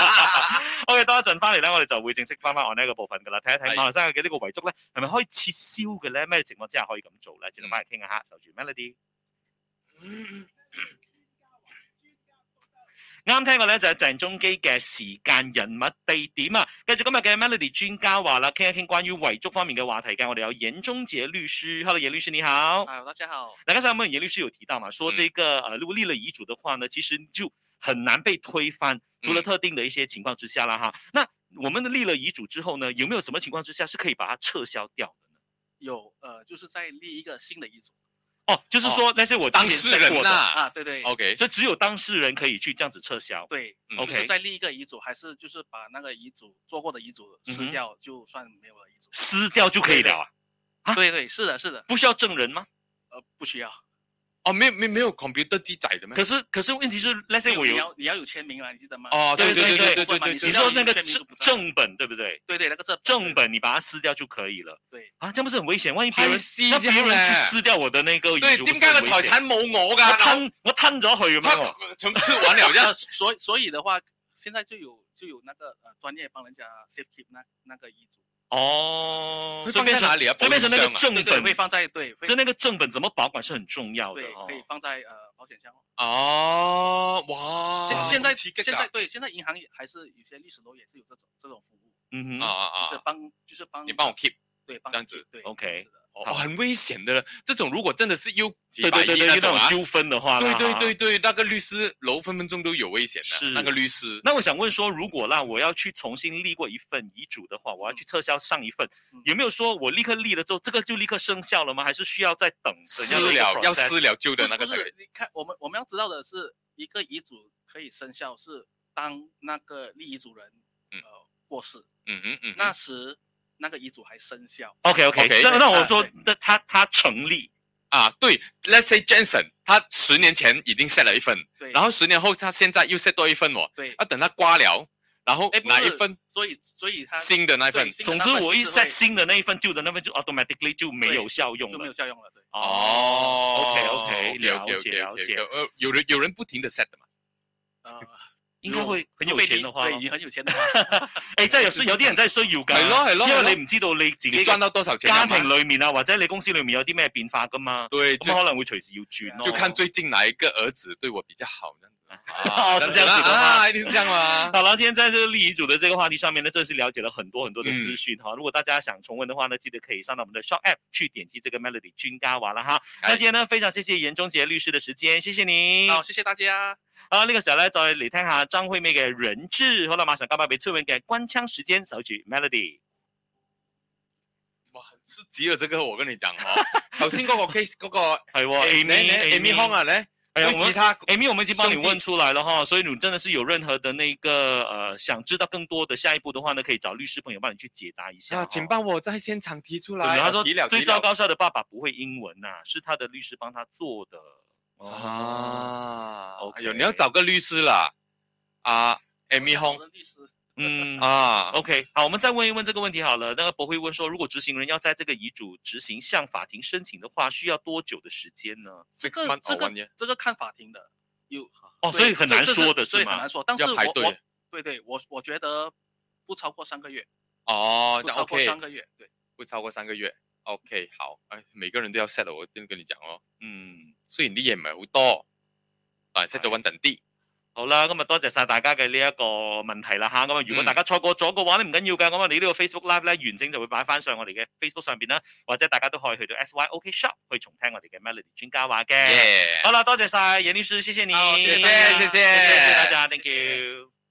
[SPEAKER 1] OK，多一陣翻嚟咧，我哋就會正式翻翻我呢一個部分㗎啦，睇一睇馬來西亞嘅呢個遺囑咧，係咪可以撤銷嘅咧？咩情況之下可以咁做咧？轉頭翻嚟傾下嚇，守住 Melody。啱聽過咧就係鄭中基嘅時間、人物、地點啊，繼續今日嘅 Melody 專家話啦，傾一傾關於遺囑方面嘅話題嘅，我哋有嚴中傑律師 ，Hello 嚴律師你好。
[SPEAKER 3] 啊，大家好。
[SPEAKER 1] 那剛才我們嚴律師有提到嘛，說這個呃如果立了遺囑的話呢，其實就很難被推翻，除了特定的一些情況之下啦哈。那我們的立了遺囑之後呢，有沒有什麼情況之下是可以把它撤銷掉的呢？
[SPEAKER 3] 有，呃，就是再立一個新的遺囑。
[SPEAKER 1] 哦，就是說那些我
[SPEAKER 2] 當事人
[SPEAKER 1] 的
[SPEAKER 3] 啊，對對
[SPEAKER 2] ，OK，
[SPEAKER 1] 所以只有當事人可以去這樣子撤銷，
[SPEAKER 3] 對、嗯、，OK，就是再立一個遺囑，還是就是把那個遺囑做過的遺囑撕掉，就算沒有了遺囑，
[SPEAKER 1] 撕掉就可以了啊？
[SPEAKER 3] 對對，是的，是的，
[SPEAKER 1] 不需要證人嗎？
[SPEAKER 3] 呃，不需要。
[SPEAKER 2] 哦，沒有沒沒有 computer 記載的咩？
[SPEAKER 1] 可是可是問題是，let's say 我有，
[SPEAKER 3] 你要你要有簽名啊，你記得嗎？
[SPEAKER 1] 哦，對對對對對對，
[SPEAKER 3] 你
[SPEAKER 1] 說那個正正本對不對？
[SPEAKER 3] 對對，那個正
[SPEAKER 1] 正本你把它撕掉就可以了。
[SPEAKER 3] 對
[SPEAKER 1] 啊，這樣不是很危險？萬一別人
[SPEAKER 2] 撕，
[SPEAKER 1] 那別人去撕掉我的那個遺囑，
[SPEAKER 2] 對，點解個財產冇我㗎？
[SPEAKER 1] 我吞我吞咗佢咁樣，
[SPEAKER 2] 從吃完了啫。
[SPEAKER 3] 所所以的話，現在就有就有那個呃專業幫人家 safe keep 那那個遺囑。
[SPEAKER 1] 哦，
[SPEAKER 2] 會放在哪裡啊？
[SPEAKER 1] 這變成那個正本
[SPEAKER 3] 會放在對，
[SPEAKER 1] 所以那個正本怎麼保管是很重要的。
[SPEAKER 3] 對，可以放在呃保險箱。
[SPEAKER 2] 哦，哇！
[SPEAKER 3] 現現在現在對，現在銀行也還是有些律師樓也是有這種這種服務。
[SPEAKER 1] 嗯哼，
[SPEAKER 2] 啊啊啊！
[SPEAKER 3] 就是幫就是幫
[SPEAKER 2] 你幫我 keep，
[SPEAKER 3] 對，
[SPEAKER 2] 這樣子，
[SPEAKER 3] 對
[SPEAKER 1] ，OK。
[SPEAKER 2] 哦，很危險的，這種如果真的是有幾
[SPEAKER 1] 百億那種糾紛的話，
[SPEAKER 2] 對對對對，那個律師樓分分鐘都有危險的。是那個律師。
[SPEAKER 1] 那我想問說，如果啦，我要去重新立過一份遺囑的話，我要去撤銷上一份，有沒有說我立刻立了之後，這個就立刻生效了嗎？還是需要再等？
[SPEAKER 2] 撕了要撕了舊的那個。
[SPEAKER 3] 不是，你看，我們我們要知道的是，一個遺囑可以生效，是當那個立遺囑人呃過世，
[SPEAKER 2] 嗯嗯嗯，
[SPEAKER 3] 那時。那個遺囑還生效。
[SPEAKER 1] OK OK，那那我說，那他他成立
[SPEAKER 2] 啊？對 ，Let's say Jensen，他十年前已經 set 了一份，然後十年後他現在又 set 多一份喎。
[SPEAKER 3] 對，
[SPEAKER 2] 要等他刮了，然後哪一份？
[SPEAKER 3] 所以所以他
[SPEAKER 2] 新的那份，
[SPEAKER 1] 總之我一 set 新的那一份，舊的那份就 automatically 就沒有效用了，
[SPEAKER 3] 就沒有效用了。對。
[SPEAKER 1] 哦 ，OK OK，了解了解。
[SPEAKER 2] 呃，有人有人不停的 set 的嘛？
[SPEAKER 3] 呃。
[SPEAKER 1] 應該會很有錢的話，
[SPEAKER 3] 對，已經很有錢的話，
[SPEAKER 1] 誒，真係有時有啲人真係需要㗎，
[SPEAKER 2] 係咯係咯，
[SPEAKER 1] 因為你唔知道你自己
[SPEAKER 2] 賺到多少錢，
[SPEAKER 1] 家庭裡面啊，或者你公司裡面有啲咩變化㗎嘛，
[SPEAKER 2] 對，
[SPEAKER 1] 咁可能會隨時要轉咯。
[SPEAKER 2] 就看最近哪一個兒子對我比較好，咁樣子。
[SPEAKER 1] 哦，是这样子的吗？
[SPEAKER 2] 一定是这样吗？
[SPEAKER 1] 好了，今天在这个立遗嘱的这个话题上面呢，真是了解了很多很多的资讯哈、嗯。如果大家想重温的话呢，记得可以上到我们的 Shop App 去点击这个 Melody 君家話啦哈。那今天呢，非常謝謝嚴忠傑律師的時間，謝謝你。
[SPEAKER 3] 好，謝謝大家。
[SPEAKER 1] 好，呢、這個時候咧，再嚟聽下張惠妹嘅人質，好啦，馬上交翻俾崔永嘅官腔時間，守住 Melody。
[SPEAKER 2] 哇，很刺激啊！這個我跟你講哦，頭先嗰個 case 嗰個
[SPEAKER 1] 係 Amy
[SPEAKER 2] Amy Hong 啊咧。
[SPEAKER 1] 哎呀，
[SPEAKER 2] 其他
[SPEAKER 1] Amy 我們已經幫你問出來了哈，所以你真的是有任何的那個呃想知道更多的下一步的話呢，可以找律師朋友幫你去解答一下。
[SPEAKER 2] 啊，請幫我在現場提出來。
[SPEAKER 1] 他說最糟糕是他的爸爸不會英文呐、啊，是他的律師幫他做的。
[SPEAKER 2] 啊 ，OK，有你要找個律師啦，啊 ，Amy Hong。
[SPEAKER 1] 嗯
[SPEAKER 2] 啊
[SPEAKER 1] ，OK， 好，我們再問一問這個問題好了。那個博會問說，如果執行人要在這個遺囑執行向法庭申請的話，需要多久的時間呢？
[SPEAKER 3] 這個這個這個看法庭的，有
[SPEAKER 1] 哦，所以很難說的是嗎？
[SPEAKER 3] 很難說，但是我我對對，我我覺得不超過三個月。
[SPEAKER 2] 哦，
[SPEAKER 3] 不超過三個月，對，
[SPEAKER 2] 不超過三個月。OK， 好，誒，每個人都要 set 我跟跟你講哦。
[SPEAKER 1] 嗯，
[SPEAKER 2] 雖然啲嘢唔係好多，但係 set 咗穩陣啲。
[SPEAKER 1] 好啦，咁啊多謝晒大家嘅呢一個問題啦吓，咁啊如果大家錯過咗嘅話咧，唔緊要嘅，咁我哋呢個 Facebook Live 咧完整就會擺翻上我哋嘅 Facebook 上邊啦，或者大家都可以去到 S Y O K Shop 去重聽我哋嘅 Melody 專家話嘅。
[SPEAKER 2] Yeah.
[SPEAKER 1] 好啦，多謝晒嚴律師，謝謝你，
[SPEAKER 2] 謝謝，謝謝，
[SPEAKER 1] 謝謝大家 ，Thank you。